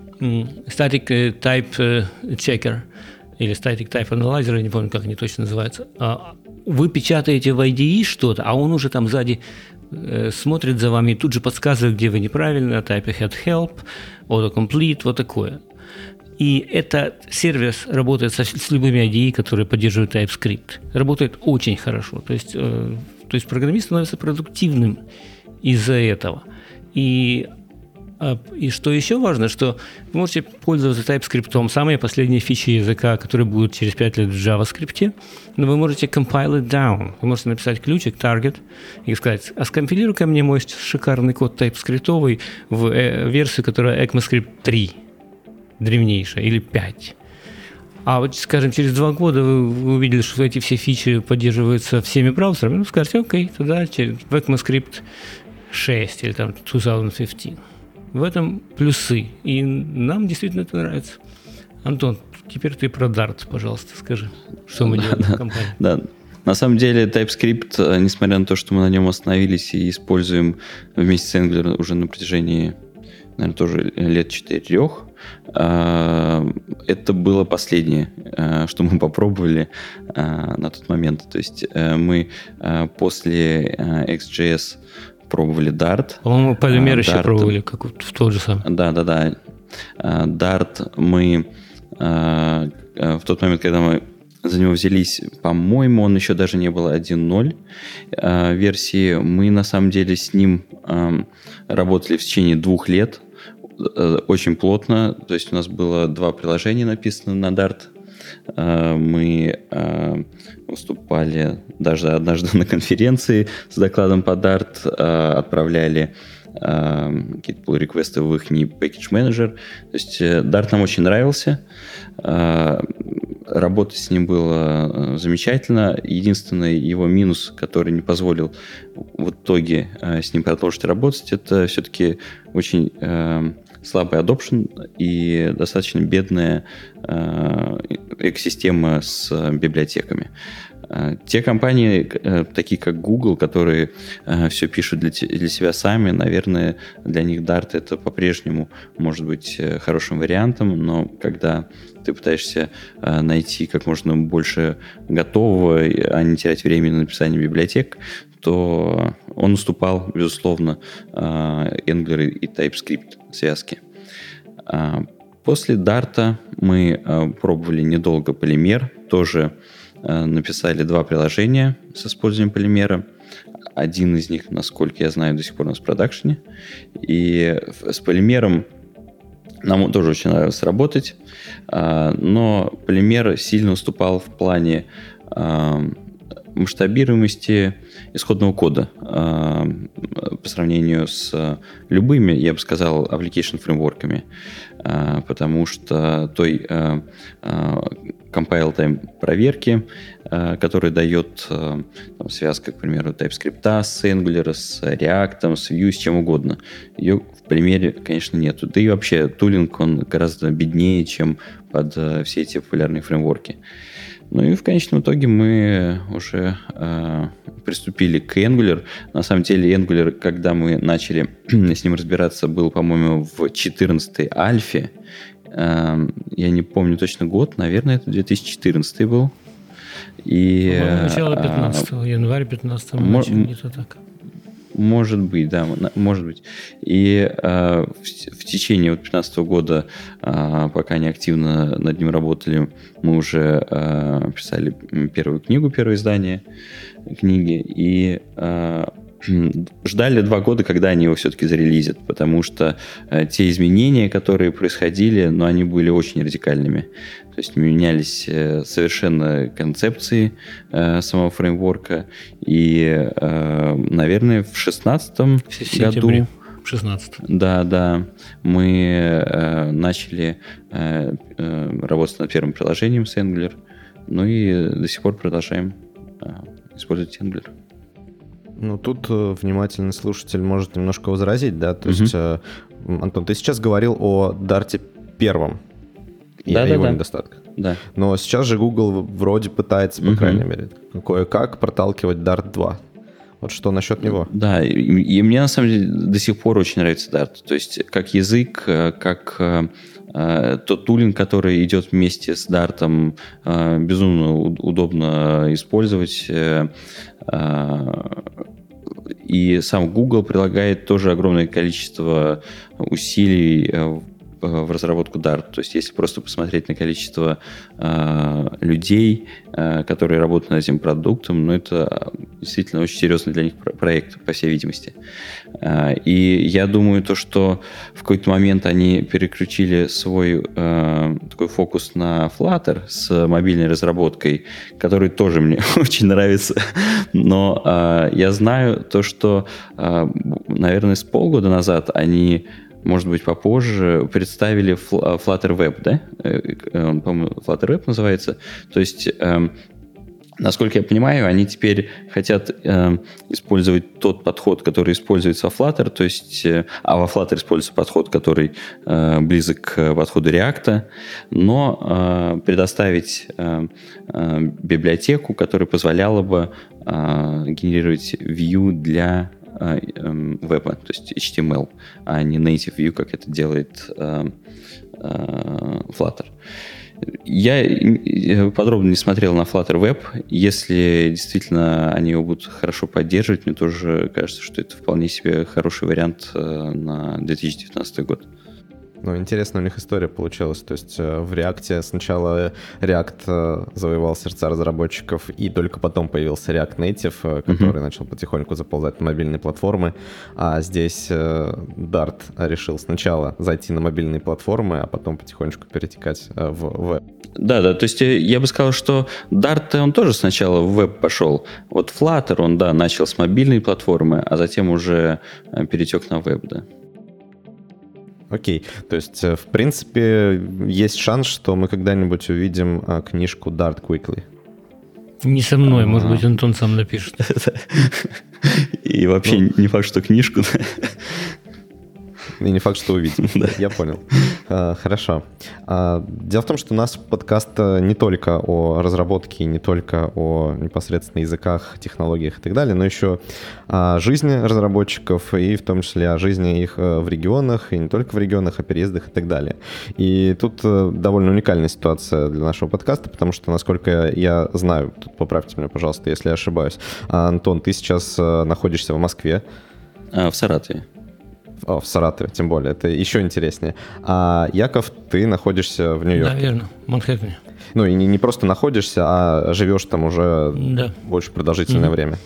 static type checker или static type analyzer, я не помню, как они точно называются. Вы печатаете в ай ди и что-то, а он уже там сзади э, смотрит за вами и тут же подсказывает, где вы неправильно, type ahead help, autocomplete, вот такое. И этот сервис работает со, с любыми ай ди и, которые поддерживают TypeScript. Работает очень хорошо. То есть, э, то есть программист становится продуктивным из-за этого. И, э, и что еще важно, что вы можете пользоваться TypeScript, самые последние фичи языка, которые будут через пять лет в JavaScript, но вы можете compile it down. Вы можете написать ключик, target, и сказать, а скомпилируй ко мне мой шикарный код TypeScript в э, версию, которая ECMAScript три. Древнейшая, или пять. А вот, скажем, через два года вы, вы увидели, что эти все фичи поддерживаются всеми браузерами, ну, скажете, окей, тогда через ECMAScript шесть или там две тысячи пятнадцать. В этом плюсы, и нам действительно это нравится. Антон, теперь ты про Dart, пожалуйста, скажи, что мы делаем в компании. Да, на самом деле TypeScript, несмотря на то, что мы на нем остановились и используем вместе с Angular уже на протяжении, наверное, тоже лет четырех, это было последнее, что мы попробовали на тот момент. То есть мы после икс джей эс пробовали Dart. По-моему, Polymer еще пробовали, как в тот же самый. Да, да, да. Dart мы в тот момент, когда мы за него взялись, по-моему, он еще даже не был один ноль версии. Мы на самом деле с ним работали в течение двух лет. Очень плотно, то есть у нас было два приложения написано на Dart. Мы выступали даже однажды на конференции с докладом по Dart, отправляли какие-то pull-реквесты в их package manager. То есть Dart нам очень нравился. Работать с ним было замечательно. Единственный его минус, который не позволил в итоге с ним продолжить работать, это все-таки очень слабый adoption и достаточно бедная экосистема с библиотеками. Те компании, такие как Google, которые все пишут для, для себя сами, наверное, для них Dart это по-прежнему может быть хорошим вариантом, но когда ты пытаешься найти как можно больше готового, а не терять время на написание библиотек, то он уступал, безусловно, Angular и TypeScript связки. После Dart мы пробовали недолго Polymer, тоже написали два приложения с использованием Polymer. Один из них, насколько я знаю, до сих пор у нас в продакшене. И с Polymer нам тоже очень нравилось работать, но Polymer сильно уступал в плане масштабируемости исходного кода по сравнению с любыми, я бы сказал, application фреймворками, потому что той compile time проверки, который дает там, связка, к примеру, TypeScript с Angular, с React, с Vue, с чем угодно. Ее в примере, конечно, нету. Да и вообще тулинг, он гораздо беднее, чем под все эти популярные фреймворки. Ну и в конечном итоге мы уже э, приступили к Angular. На самом деле Angular, когда мы начали с ним разбираться, был, по-моему, в четырнадцатой альфе. Э, я не помню точно год, наверное, это две тысячи четырнадцатый был. И, начало пятнадцатого, э, январь пятнадцатого, м- где-то так. Может быть, да, может быть. И э, в, в течение вот пятнадцатого года, э, пока они активно над ним работали, мы уже э, писали первую книгу, первое издание книги, и э, ждали два года, когда они его все-таки зарелизят, потому что э, те изменения, которые происходили, ну, они были очень радикальными. То есть менялись э, совершенно концепции э, самого фреймворка. И, э, наверное, в шестнадцатом году... В шестнадцатом. Да, да. Мы э, начали э, э, работать над первым приложением с Angular. Ну и до сих пор продолжаем э, использовать Angular. Ну, тут э, внимательный слушатель может немножко возразить, да? То mm-hmm. есть, э, Антон, ты сейчас говорил о Dart первом и да, о да, его да. недостатках. Да. Но сейчас же Google вроде пытается, по mm-hmm. крайней мере, кое-как проталкивать Dart два. Вот что насчет него? Да, и, и мне на самом деле до сих пор очень нравится Dart. То есть как язык, как э, тот тулинг, который идет вместе с Dart, э, безумно удобно использовать. Э, э, и сам Google прилагает тоже огромное количество усилий в разработку Dart. То есть если просто посмотреть на количество э, людей, э, которые работают над этим продуктом, ну, это действительно очень серьезный для них проект, по всей видимости. Э, и я думаю, то, что в какой-то момент они переключили свой э, такой фокус на Flutter с мобильной разработкой, который тоже мне очень нравится. Но э, я знаю то, что, э, наверное, с полгода назад они, может быть, попозже, представили Flutter Web, да? Он, по-моему, Flutter Web называется. То есть, э, насколько я понимаю, они теперь хотят э, использовать тот подход, который используется во Flutter, то есть, э, а во Flutter используется подход, который э, близок к подходу React, но э, предоставить э, э, библиотеку, которая позволяла бы э, генерировать view для веба, то есть эйч ти эм эл, а не native view, как это делает э, э, Flutter. Я подробно не смотрел на Flutter Web. Если действительно они его будут хорошо поддерживать, мне тоже кажется, что это вполне себе хороший вариант на две тысячи девятнадцатый год. Ну, интересно у них история получилась. То есть в React сначала React завоевал сердца разработчиков, и только потом появился React Native, который uh-huh. начал потихоньку заползать на мобильные платформы. А здесь Dart решил сначала зайти на мобильные платформы, а потом потихонечку перетекать в веб. Да, да, то есть я бы сказал, что Dart, он тоже сначала в веб пошел. Вот Flutter, он, да, начал с мобильной платформы, а затем уже перетек на веб, да. Окей, то есть, в принципе, есть шанс, что мы когда-нибудь увидим а, книжку Dart Quickly. Не со мной, А-а-а. Может быть, Антон сам напишет. И вообще не факт, что книжку. И не факт, что увидим. Да. Я понял. А, хорошо. А, дело в том, что у нас подкаст не только о разработке, не только о непосредственно языках, технологиях и так далее, но еще о жизни разработчиков и в том числе о жизни их в регионах, и не только в регионах, о переездах и так далее. И тут довольно уникальная ситуация для нашего подкаста, потому что, насколько я знаю, тут поправьте меня, пожалуйста, если я ошибаюсь, Антон, ты сейчас находишься в Москве. А, в Саратове. О, в Саратове, тем более, это еще интереснее. А, Яков, ты находишься в Нью-Йорке. Да, верно, в Манхэттене. Ну, и не, не просто находишься, а живешь там уже да. больше продолжительное mm-hmm. время.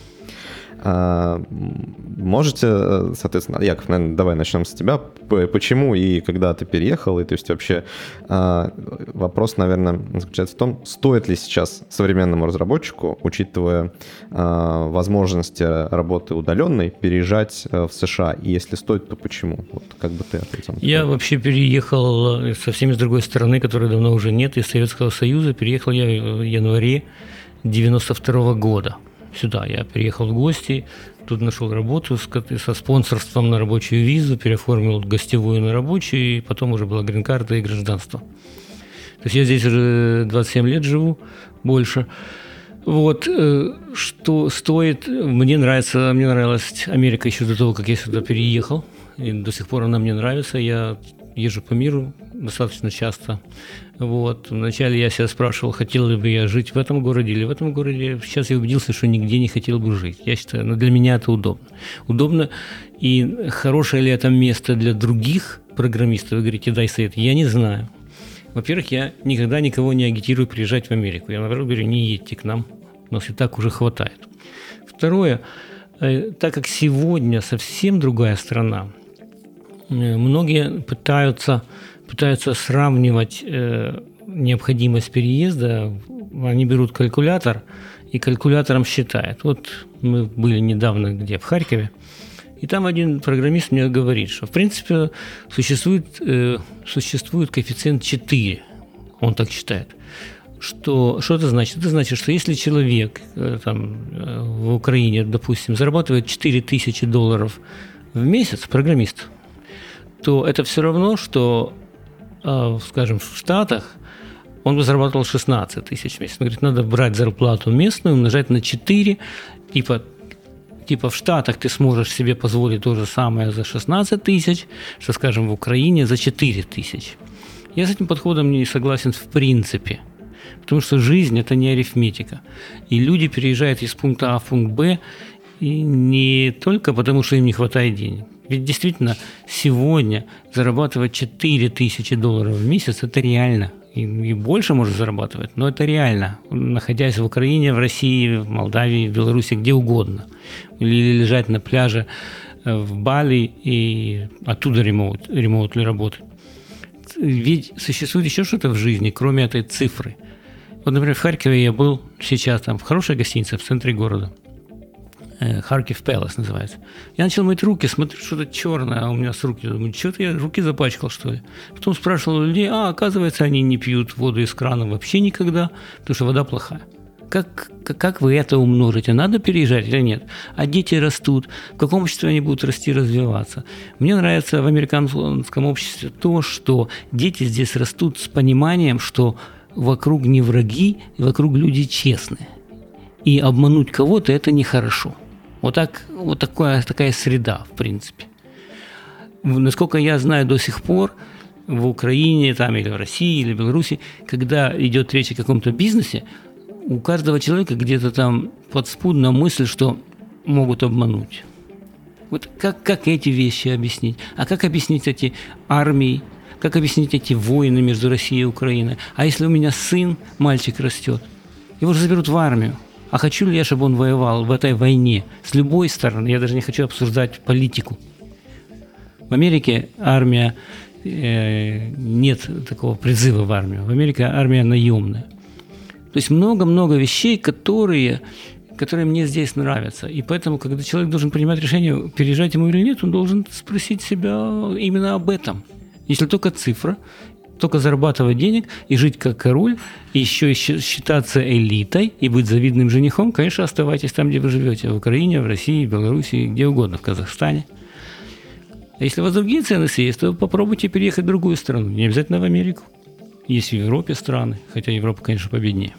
А, можете, соответственно, Яков, наверное, давай начнем с тебя. Почему и когда ты переехал? И то есть вообще а, вопрос, наверное, заключается в том, стоит ли сейчас современному разработчику, учитывая а, возможности работы удаленной, переезжать в США? И если стоит, то почему? Вот как бы ты ответил? Я вообще переехал совсем из другой страны, которой давно уже нет, из Советского Союза. Переехал я в январе девяносто второго года. Сюда я приехал в гости, тут нашел работу со спонсорством на рабочую визу, переоформил гостевую на рабочую, и потом уже была грин-карта и гражданство. То есть я здесь уже двадцать семь лет живу, больше. Вот, что стоит, мне нравится, мне нравилась Америка еще до того, как я сюда переехал, и до сих пор она мне нравится, я езжу по миру достаточно часто. Вот. Вначале я себя спрашивал, хотел ли бы я жить в этом городе или в этом городе. Сейчас я убедился, что нигде не хотел бы жить. Я считаю, ну, для меня это удобно. Удобно, и хорошее ли это место для других программистов? Вы говорите, дай совет. Я не знаю. Во-первых, я никогда никого не агитирую приезжать в Америку. Я, наоборот, говорю, не едьте к нам, нас и так уже хватает. Второе, так как сегодня совсем другая страна, многие пытаются... пытаются сравнивать э, необходимость переезда, они берут калькулятор и калькулятором считают. Вот мы были недавно где, в Харькове, и там один программист мне говорит, что в принципе существует, э, существует коэффициент четыре, он так считает. Что, что это значит? Это значит, что если человек э, там, э, в Украине, допустим, зарабатывает четыре тысячи долларов в месяц, программист, то это все равно, что скажем, в Штатах он бы зарабатывал шестнадцать тысяч в месяц. Он говорит, надо брать зарплату местную, умножать на четыре, типа, типа в Штатах ты сможешь себе позволить то же самое за шестнадцать тысяч, что, скажем, в Украине за четыре тысячи. Я с этим подходом не согласен в принципе, потому что жизнь – это не арифметика. И люди переезжают из пункта А в пункт Б и не только потому, что им не хватает денег. Ведь действительно сегодня зарабатывать четыре тысячи долларов в месяц – это реально. И, и больше можно зарабатывать, но это реально, находясь в Украине, в России, в Молдавии, в Беларуси, где угодно. Или лежать на пляже в Бали и оттуда ремоут, ремоутли работать. Ведь существует еще что-то в жизни, кроме этой цифры. Вот, например, в Харькове я был сейчас там в хорошей гостинице в центре города. Харьков Пэлас называется. Я начал мыть руки, смотрю, что-то черное, а у меня с руки. Думаю, что-то я руки запачкал, что ли. Потом спрашивал людей, а, оказывается, они не пьют воду из крана вообще никогда, потому что вода плохая. Как, как, как вы это умножите? Надо переезжать или нет? А дети растут. В каком обществе они будут расти, развиваться? Мне нравится в американском обществе то, что дети здесь растут с пониманием, что вокруг не враги, вокруг люди честные. И обмануть кого-то – это нехорошо. Вот, так, вот такая, такая среда, в принципе. Насколько я знаю до сих пор, в Украине там, или в России, или в Беларуси, когда идет речь о каком-то бизнесе, у каждого человека где-то там подспудна мысль, что могут обмануть. Вот как, как эти вещи объяснить? А как объяснить эти армии? Как объяснить эти войны между Россией и Украиной? А если у меня сын, мальчик растет, его же заберут в армию. А хочу ли я, чтобы он воевал в этой войне? С любой стороны, я даже не хочу обсуждать политику. В Америке армия, э, нет такого призыва в армию. В Америке армия наемная. То есть много-много вещей, которые, которые мне здесь нравятся. И поэтому, когда человек должен принимать решение, переезжать ему или нет, он должен спросить себя именно об этом. Если только цифра, только зарабатывать денег и жить как король, и еще и считаться элитой и быть завидным женихом, конечно, оставайтесь там, где вы живете. В Украине, в России, в Беларуси, где угодно, в Казахстане. А если у вас другие ценности есть, то попробуйте переехать в другую страну. Не обязательно в Америку. Есть в Европе страны, хотя Европа, конечно, победнее.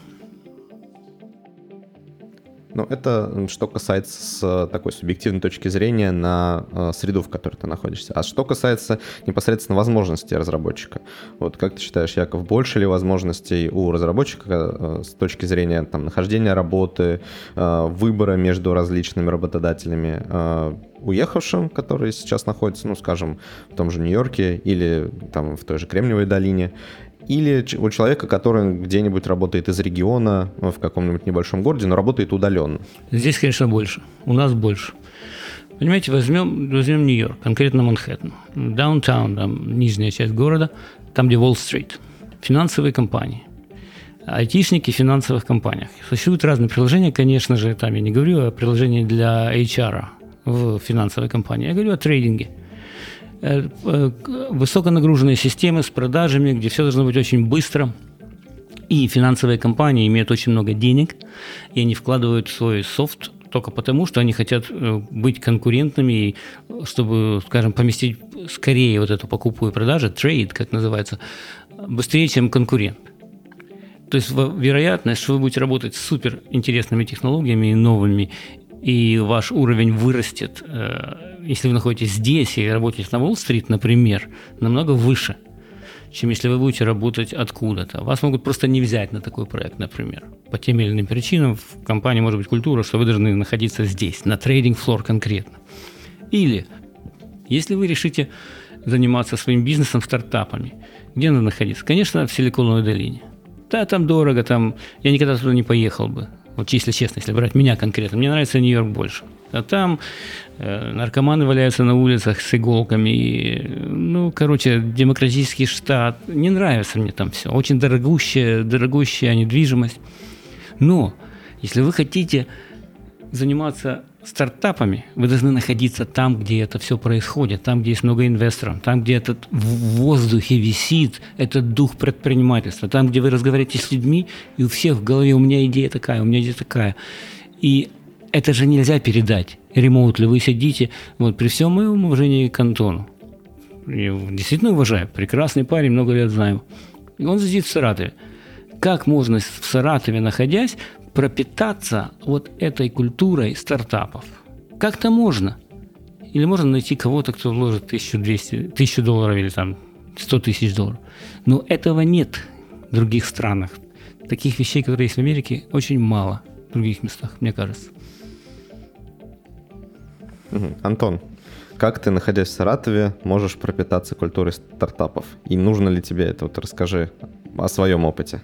Ну, это что касается с такой субъективной точки зрения на э, среду, в которой ты находишься. А что касается непосредственно возможностей разработчика. Вот как ты считаешь, Яков, больше ли возможностей у разработчика э, с точки зрения там, нахождения работы, э, выбора между различными работодателями, э, уехавшим, который сейчас находится, ну, скажем, в том же Нью-Йорке или там в той же Кремниевой долине, или у человека, который где-нибудь работает из региона, в каком-нибудь небольшом городе, но работает удаленно? Здесь, конечно, больше. У нас больше. Понимаете, возьмем, возьмем Нью-Йорк, конкретно Манхэттен. Даунтаун, там нижняя часть города, там, где Уолл-стрит. Финансовые компании. Айтишники в финансовых компаниях. Существуют разные приложения, конечно же, там я не говорю о приложении для эйч ар в финансовой компании, я говорю о трейдинге. Высоконагруженные системы с продажами, где все должно быть очень быстро. И финансовые компании имеют очень много денег, и они вкладывают в свой софт только потому, что они хотят быть конкурентными, чтобы, скажем, поместить скорее вот эту покупку и продажу, трейд, как называется, быстрее, чем конкурент. То есть вероятность, что вы будете работать с суперинтересными технологиями и новыми, и ваш уровень вырастет, если вы находитесь здесь и работаете на Уолл-стрит, например, намного выше, чем если вы будете работать откуда-то. Вас могут просто не взять на такой проект, например. По тем или иным причинам в компании может быть культура, что вы должны находиться здесь, на трейдинг-флор конкретно. Или, если вы решите заниматься своим бизнесом, стартапами, где надо находиться? Конечно, в Силиконовой долине. Да, там дорого, там я никогда туда не поехал бы. Вот если честно, если брать меня конкретно, мне нравится Нью-Йорк больше. А там э, наркоманы валяются на улицах с иголками. И, ну, короче, демократический штат. Не нравится мне там все. Очень дорогущая, дорогущая недвижимость. Но если вы хотите заниматься стартапами, вы должны находиться там, где это все происходит, там, где есть много инвесторов, там, где этот в воздухе висит этот дух предпринимательства, там, где вы разговариваете с людьми, и у всех в голове у меня идея такая, у меня идея такая. И это же нельзя передать ремоутли. Вы сидите, вот при всем моем уважении к Антону, я его действительно уважаю, прекрасный парень, много лет знаю, и он сидит в Саратове. Как можно в Саратове, находясь, пропитаться вот этой культурой стартапов? Как-то можно. Или можно найти кого-то, кто вложит тысячу двести, тысячу долларов или там сто тысяч долларов. Но этого нет в других странах. Таких вещей, которые есть в Америке, очень мало в других местах, мне кажется. Угу. Антон, как ты, находясь в Саратове, можешь пропитаться культурой стартапов? И нужно ли тебе это? Вот расскажи о своем опыте.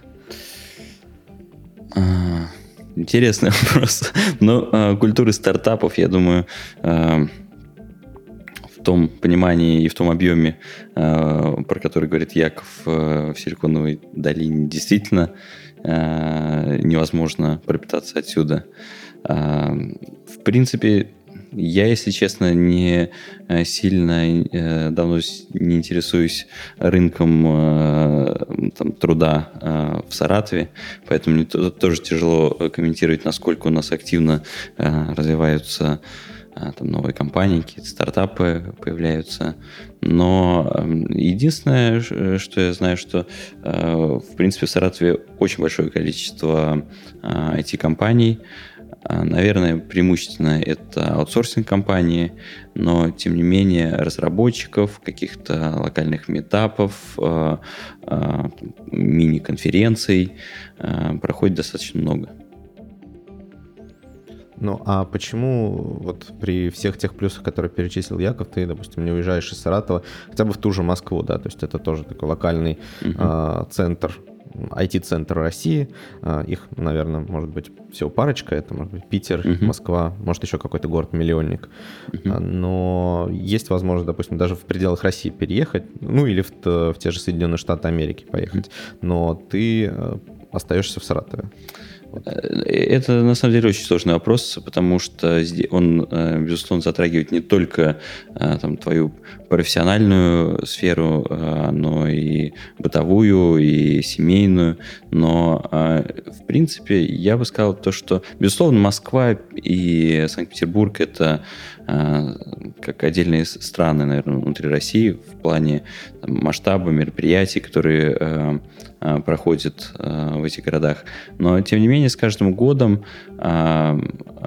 Интересный вопрос. Но культуры стартапов, я думаю, в том понимании и в том объеме, про который говорит Яков, в Силиконовой долине действительно невозможно пропитаться отсюда. В принципе, я, если честно, не сильно давно не интересуюсь рынком там, труда в Саратове, поэтому мне тоже тяжело комментировать, насколько у нас активно развиваются там, новые компании, какие-то стартапы появляются. Но единственное, что я знаю, что в принципе в Саратове очень большое количество ай ти-компаний. Наверное, преимущественно это аутсорсинг-компании, но, тем не менее, разработчиков, каких-то локальных митапов, мини-конференций проходит достаточно много. Ну, а почему вот при всех тех плюсах, которые перечислил Яков, ты, допустим, не уезжаешь из Саратова хотя бы в ту же Москву, да, то есть это тоже такой локальный uh-huh. а, центр, ай ти-центр России, а, их, наверное, может быть всего парочка, это может быть Питер, uh-huh. Москва, может еще какой-то город-миллионник, uh-huh. а, но есть возможность, допустим, даже в пределах России переехать, ну или в, в те же Соединенные Штаты Америки поехать, uh-huh. но ты остаешься в Саратове. Это, на самом деле, очень сложный вопрос, потому что он, безусловно, затрагивает не только там, твою профессиональную сферу, но и бытовую, и семейную. Но, в принципе, я бы сказал то, что, безусловно, Москва и Санкт-Петербург – это как отдельные страны, наверное, внутри России в плане там, масштаба мероприятий, которые проходят в этих городах. Но, тем не менее, с каждым годом, на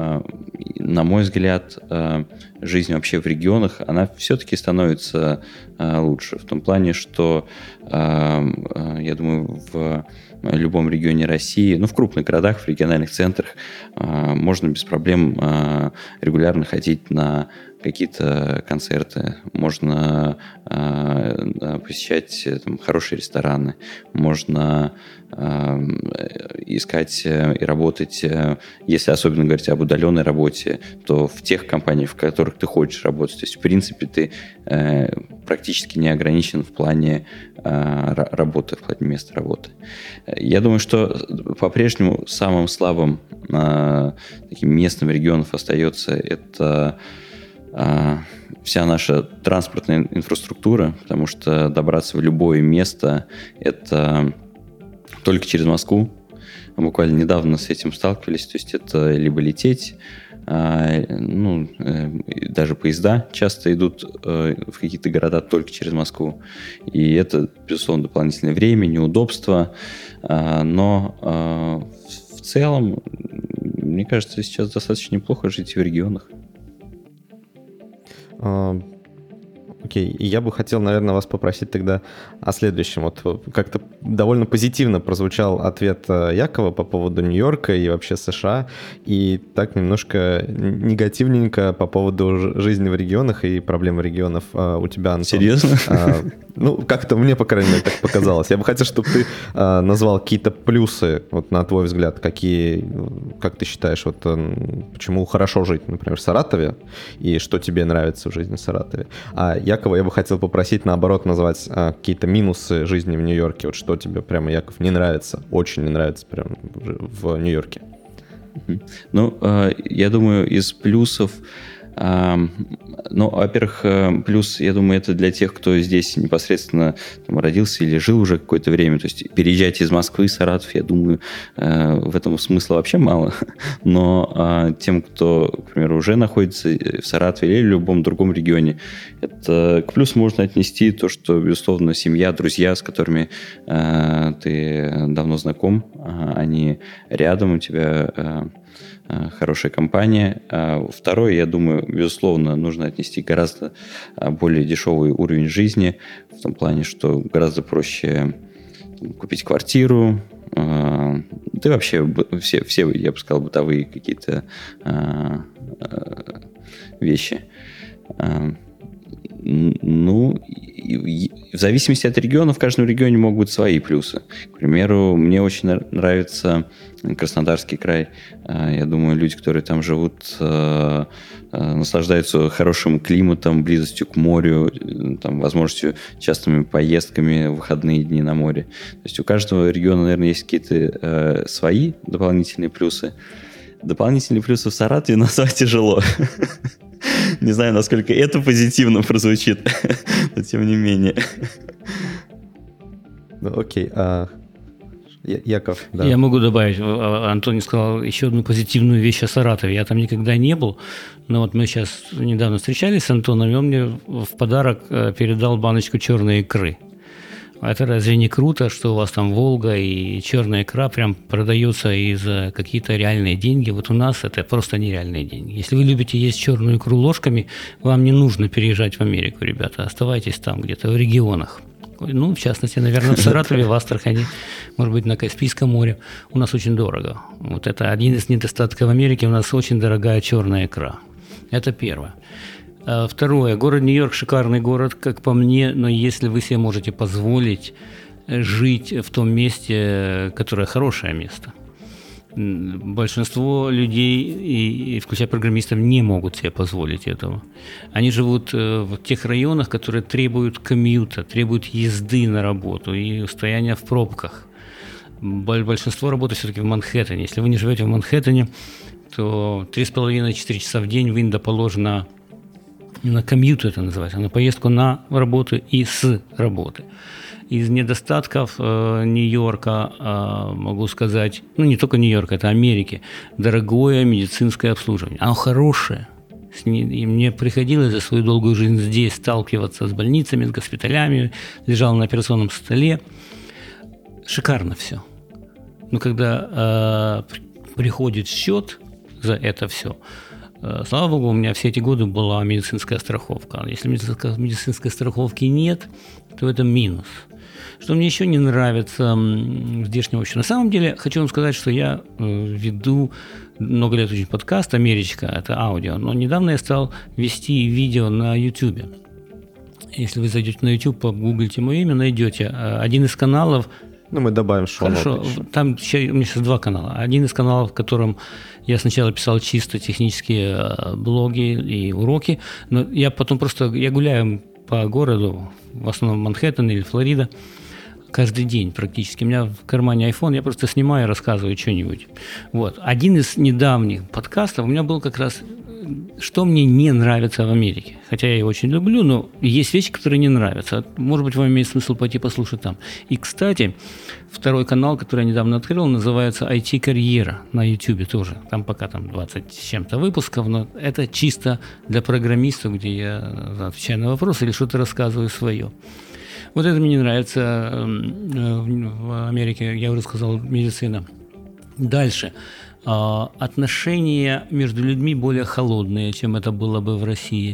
мой взгляд, жизнь вообще в регионах, она все-таки становится лучше. В том плане, что, я думаю, в любом регионе России, ну, в крупных городах, в региональных центрах можно без проблем регулярно ходить на какие-то концерты, можно э, посещать там, хорошие рестораны, можно э, искать и работать, э, если особенно говорить об удаленной работе, то в тех компаниях, в которых ты хочешь работать. То есть, в принципе, ты э, практически не ограничен в плане э, работы, в плане места работы. Я думаю, что по-прежнему самым слабым э, таким местом регионов остается это вся наша транспортная инфраструктура, потому что добраться в любое место – это только через Москву. Мы буквально недавно с этим сталкивались, то есть это либо лететь, ну, даже поезда часто идут в какие-то города только через Москву, и это, безусловно, дополнительное время, неудобство, но в целом, мне кажется, сейчас достаточно неплохо жить в регионах. Окей, и я бы хотел, наверное, вас попросить тогда о следующем. Вот как-то довольно позитивно прозвучал ответ Якова по поводу Нью-Йорка и вообще США, и так немножко негативненько по поводу жизни в регионах и проблем регионов у тебя, Антон. Серьезно? А, ну, как-то мне, по крайней мере, так показалось. Я бы хотел, чтобы ты а, назвал какие-то плюсы, вот на твой взгляд, какие, как ты считаешь, вот почему хорошо жить, например, в Саратове, и что тебе нравится в жизни в Саратове. А Якова я бы хотел попросить, наоборот, назвать а, какие-то минусы жизни в Нью-Йорке. Вот что тебе прямо, Яков, не нравится, очень не нравится прямо в Нью-Йорке. Ну, я думаю, из плюсов... Ну, во-первых, плюс, я думаю, это для тех, кто здесь непосредственно там, родился или жил уже какое-то время. То есть переезжать из Москвы в Саратов, я думаю, в этом смысла вообще мало. Но тем, кто, к примеру, уже находится в Саратове или в любом другом регионе, это к плюсу можно отнести то, что, безусловно, семья, друзья, с которыми ты давно знаком, они рядом, у тебя... хорошая компания. Второе, я думаю, безусловно, нужно отнести гораздо более дешевый уровень жизни, в том плане, что гораздо проще купить квартиру, да и вообще все, все, я бы сказал, бытовые какие-то вещи. Ну, в зависимости от региона, в каждом регионе могут быть свои плюсы. К примеру, мне очень нравится Краснодарский край. Я думаю, люди, которые там живут, наслаждаются хорошим климатом, близостью к морю, там, возможностью частыми поездками в выходные дни на море. То есть у каждого региона, наверное, есть какие-то свои дополнительные плюсы. Дополнительные плюсы в Саратове назвать тяжело. Не знаю, насколько это позитивно прозвучит, но тем не менее. Ну, окей. А, Яков, да. Я могу добавить, Антон сказал еще одну позитивную вещь о Саратове. Я там никогда не был, но вот мы сейчас недавно встречались с Антоном, и он мне в подарок передал баночку черной икры. Это разве не круто, что у вас там Волга и черная икра прям продается и за какие-то реальные деньги? Вот у нас это просто нереальные деньги. Если вы любите есть черную икру ложками, вам не нужно переезжать в Америку, ребята. Оставайтесь там где-то в регионах. Ну, в частности, наверное, в Саратове, в Астрахани, может быть, на Каспийском море. У нас очень дорого. Вот это один из недостатков Америки. У нас очень дорогая черная икра. Это первое. Второе. Город Нью-Йорк – шикарный город, как по мне, но если вы себе можете позволить жить в том месте, которое хорошее место. Большинство людей, и, включая программистов, не могут себе позволить этого. Они живут в тех районах, которые требуют комьюта, требуют езды на работу и стояния в пробках. Большинство работы все-таки в Манхэттене. Если вы не живете в Манхэттене, то три с половиной-четыре часа в день в Индо положено на комьют, это называется, на поездку на работу и с работы. Из недостатков э, Нью-Йорка, э, могу сказать, ну не только Нью-Йорка, это Америки, дорогое медицинское обслуживание. Оно хорошее. И мне приходилось за свою долгую жизнь здесь сталкиваться с больницами, с госпиталями, лежал на операционном столе. Шикарно все. Но когда э, приходит счет за это все, слава богу, у меня все эти годы была медицинская страховка. Если медицинской страховки нет, то это минус. Что мне еще не нравится в здешнем обществе. На самом деле, хочу вам сказать, что я веду много лет очень подкаст «Америчка», это аудио, но недавно я стал вести видео на YouTube. Если вы зайдете на YouTube, погуглите мое имя, найдете один из каналов. Ну, мы добавим шоу-ноты. Хорошо, там еще, у меня сейчас два канала. Один из каналов, в котором я сначала писал чисто технические блоги и уроки, но я потом просто, я гуляю по городу, в основном Манхэттен или Флорида, каждый день практически. У меня в кармане iPhone, я просто снимаю и рассказываю что-нибудь. Вот. Один из недавних подкастов у меня был как раз «Что мне не нравится в Америке». Хотя я его очень люблю, но есть вещи, которые не нравятся. Может быть, вам имеет смысл пойти послушать там. И, кстати, второй канал, который я недавно открыл, называется ай ти-карьера на YouTube тоже. Там пока там двадцать с чем-то выпусков, но это чисто для программистов, где я отвечаю на вопросы или что-то рассказываю свое. Вот это мне не нравится в Америке, я уже сказал, медицина. Дальше. Отношения между людьми более холодные, чем это было бы в России.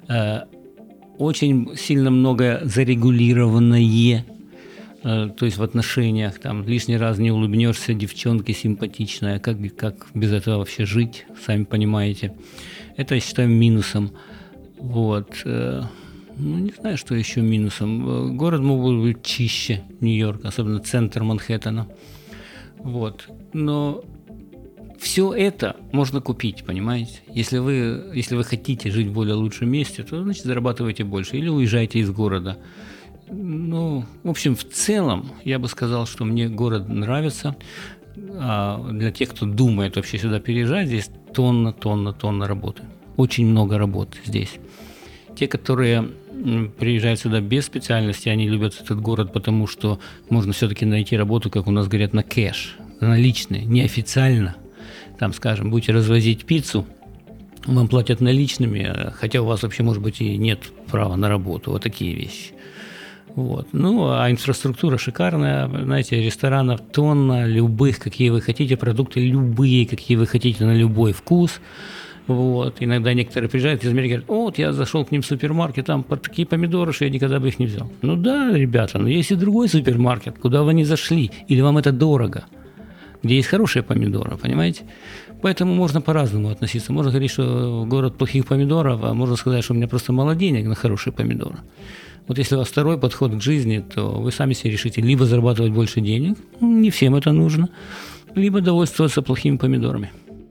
Очень сильно многое зарегулированное, то есть в отношениях, там лишний раз не улыбнешься, девчонке симпатичная, как, как без этого вообще жить, сами понимаете. Это я считаю минусом. Вот. Ну, не знаю, что еще минусом. Город мог бы быть чище Нью-Йорка, особенно центр Манхэттена. Вот. Но все это можно купить, понимаете? Если вы, если вы хотите жить в более лучшем месте, то, значит, зарабатывайте больше или уезжайте из города. Ну, в общем, в целом, я бы сказал, что мне город нравится. А для тех, кто думает вообще сюда переезжать, здесь тонна, тонна, тонна работы. Очень много работы здесь. Те, которые приезжают сюда без специальности, они любят этот город, потому что можно все-таки найти работу, как у нас говорят, на кэш, наличные, неофициально. Там, скажем, будете развозить пиццу, вам платят наличными, хотя у вас вообще, может быть, и нет права на работу. Вот такие вещи. Вот. Ну, а инфраструктура шикарная, знаете, ресторанов тонна, любых, какие вы хотите, продукты любые, какие вы хотите, на любой вкус. Вот. Иногда некоторые приезжают из Америки и говорят: о, вот я зашел к ним в супермаркет, там такие помидоры, что я никогда бы их не взял. Ну да, ребята, но есть и другой супермаркет, куда вы не зашли, или вам это дорого. где есть хорошие помидоры, понимаете? Поэтому можно по-разному относиться. Можно говорить, что город плохих помидоров, а можно сказать, что у меня просто мало денег на хорошие помидоры. Вот если у вас второй подход к жизни, то вы сами себе решите либо зарабатывать больше денег, не всем это нужно, либо довольствоваться плохими помидорами.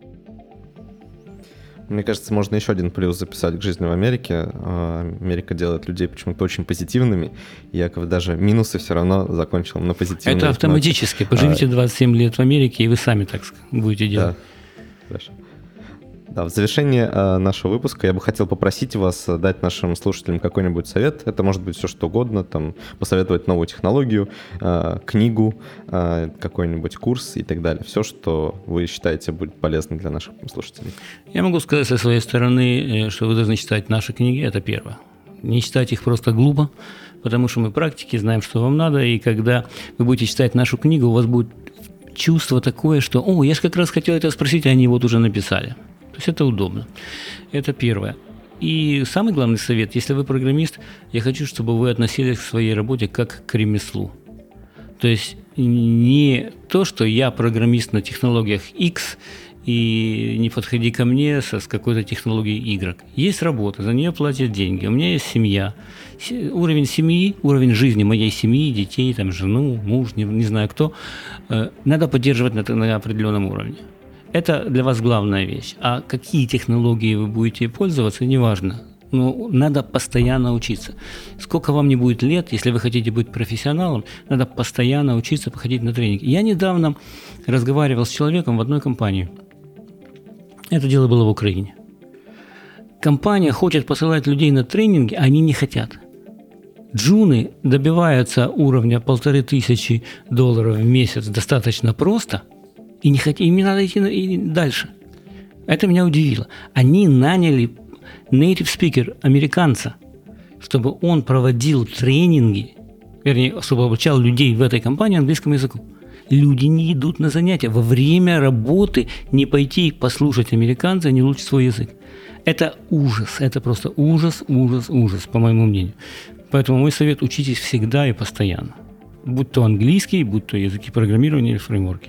Мне кажется, можно еще один плюс записать к жизни в Америке. Америка делает людей почему-то очень позитивными. Яков даже минусы все равно закончил на позитивной Это автоматически. Поживите двадцать семь лет в Америке, и вы сами так будете делать. Да, хорошо. Да, в завершение э, нашего выпуска я бы хотел попросить вас дать нашим слушателям какой-нибудь совет. Это может быть все что угодно, там, посоветовать новую технологию, э, книгу, э, какой-нибудь курс и так далее. Все, что вы считаете будет полезно для наших слушателей. Я могу сказать со своей стороны, что вы должны читать наши книги, это первое. Не читать их просто глупо, потому что мы практики, знаем, что вам надо, и когда вы будете читать нашу книгу, у вас будет чувство такое, что «О, я же как раз хотел это спросить, а они вот уже написали». То есть это удобно. Это первое. И самый главный совет, если вы программист, я хочу, чтобы вы относились к своей работе как к ремеслу. То есть не то, что я программист на технологиях X, и не подходи ко мне со, с какой-то технологией Y. Есть работа, за нее платят деньги, у меня есть семья. Уровень семьи, уровень жизни моей семьи, детей, там, жену, муж, не, не знаю кто, э, надо поддерживать на, на определенном уровне. Это для вас главная вещь. А какие технологии вы будете пользоваться, неважно. Но надо постоянно учиться. Сколько вам не будет лет, если вы хотите быть профессионалом, надо постоянно учиться, походить на тренинги. Я недавно разговаривал с человеком в одной компании. Это дело было в Украине. Компания хочет посылать людей на тренинги, а они не хотят. Джуны добиваются уровня полторы тысячи долларов в месяц достаточно просто – и не хотят, им не надо идти дальше. Это меня удивило. Они наняли native speaker, американца, чтобы он проводил тренинги, вернее, чтобы обучал людей в этой компании английскому языку. Люди не идут на занятия. Во время работы не пойти послушать американца, не улучшить свой язык. Это ужас. Это просто ужас, ужас, ужас, по моему мнению. Поэтому мой совет – учитесь всегда и постоянно. Будь то английский, будь то языки программирования или фреймворки.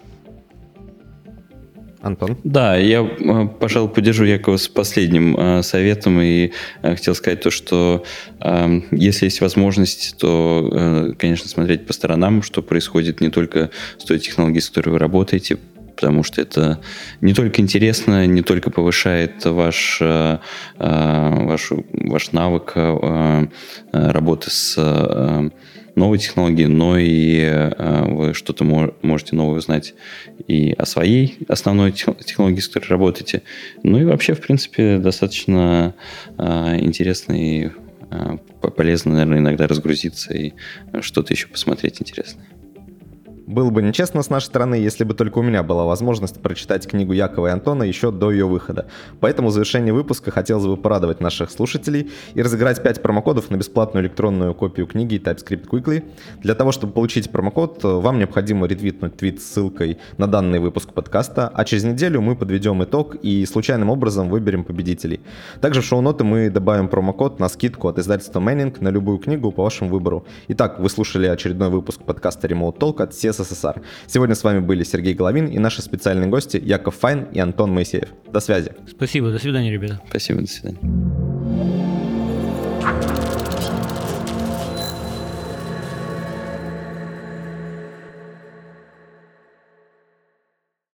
Антон? Да, я, пожалуй, поддержу Якова с последним э, советом и э, хотел сказать то, что э, если есть возможность, то, э, конечно, смотреть по сторонам, что происходит не только с той технологией, с которой вы работаете, потому что это не только интересно, не только повышает ваш, э, ваш, ваш навык э, работы с э, новой технологии, но и э, вы что-то мож, можете новое узнать и о своей основной технологии, с которой работаете. Ну и вообще, в принципе, достаточно э, интересно и э, полезно, наверное, иногда разгрузиться и что-то еще посмотреть интересное. Было бы нечестно с нашей стороны, если бы только у меня была возможность прочитать книгу Якова и Антона еще до ее выхода. Поэтому в завершении выпуска хотелось бы порадовать наших слушателей и разыграть пять промокодов на бесплатную электронную копию книги TypeScript Quickly. Для того, чтобы получить промокод, вам необходимо ретвитнуть твит с ссылкой на данный выпуск подкаста, а через неделю мы подведем итог и случайным образом выберем победителей. Также в шоу-ноты мы добавим промокод на скидку от издательства Manning на любую книгу по вашему выбору. Итак, вы слушали очередной выпуск подкаста Remote Talk от си эс эс эс ар. Сегодня с вами были Сергей Головин и наши специальные гости Яков Файн и Антон Моисеев. До связи. Спасибо, до свидания, ребята. Спасибо, до свидания.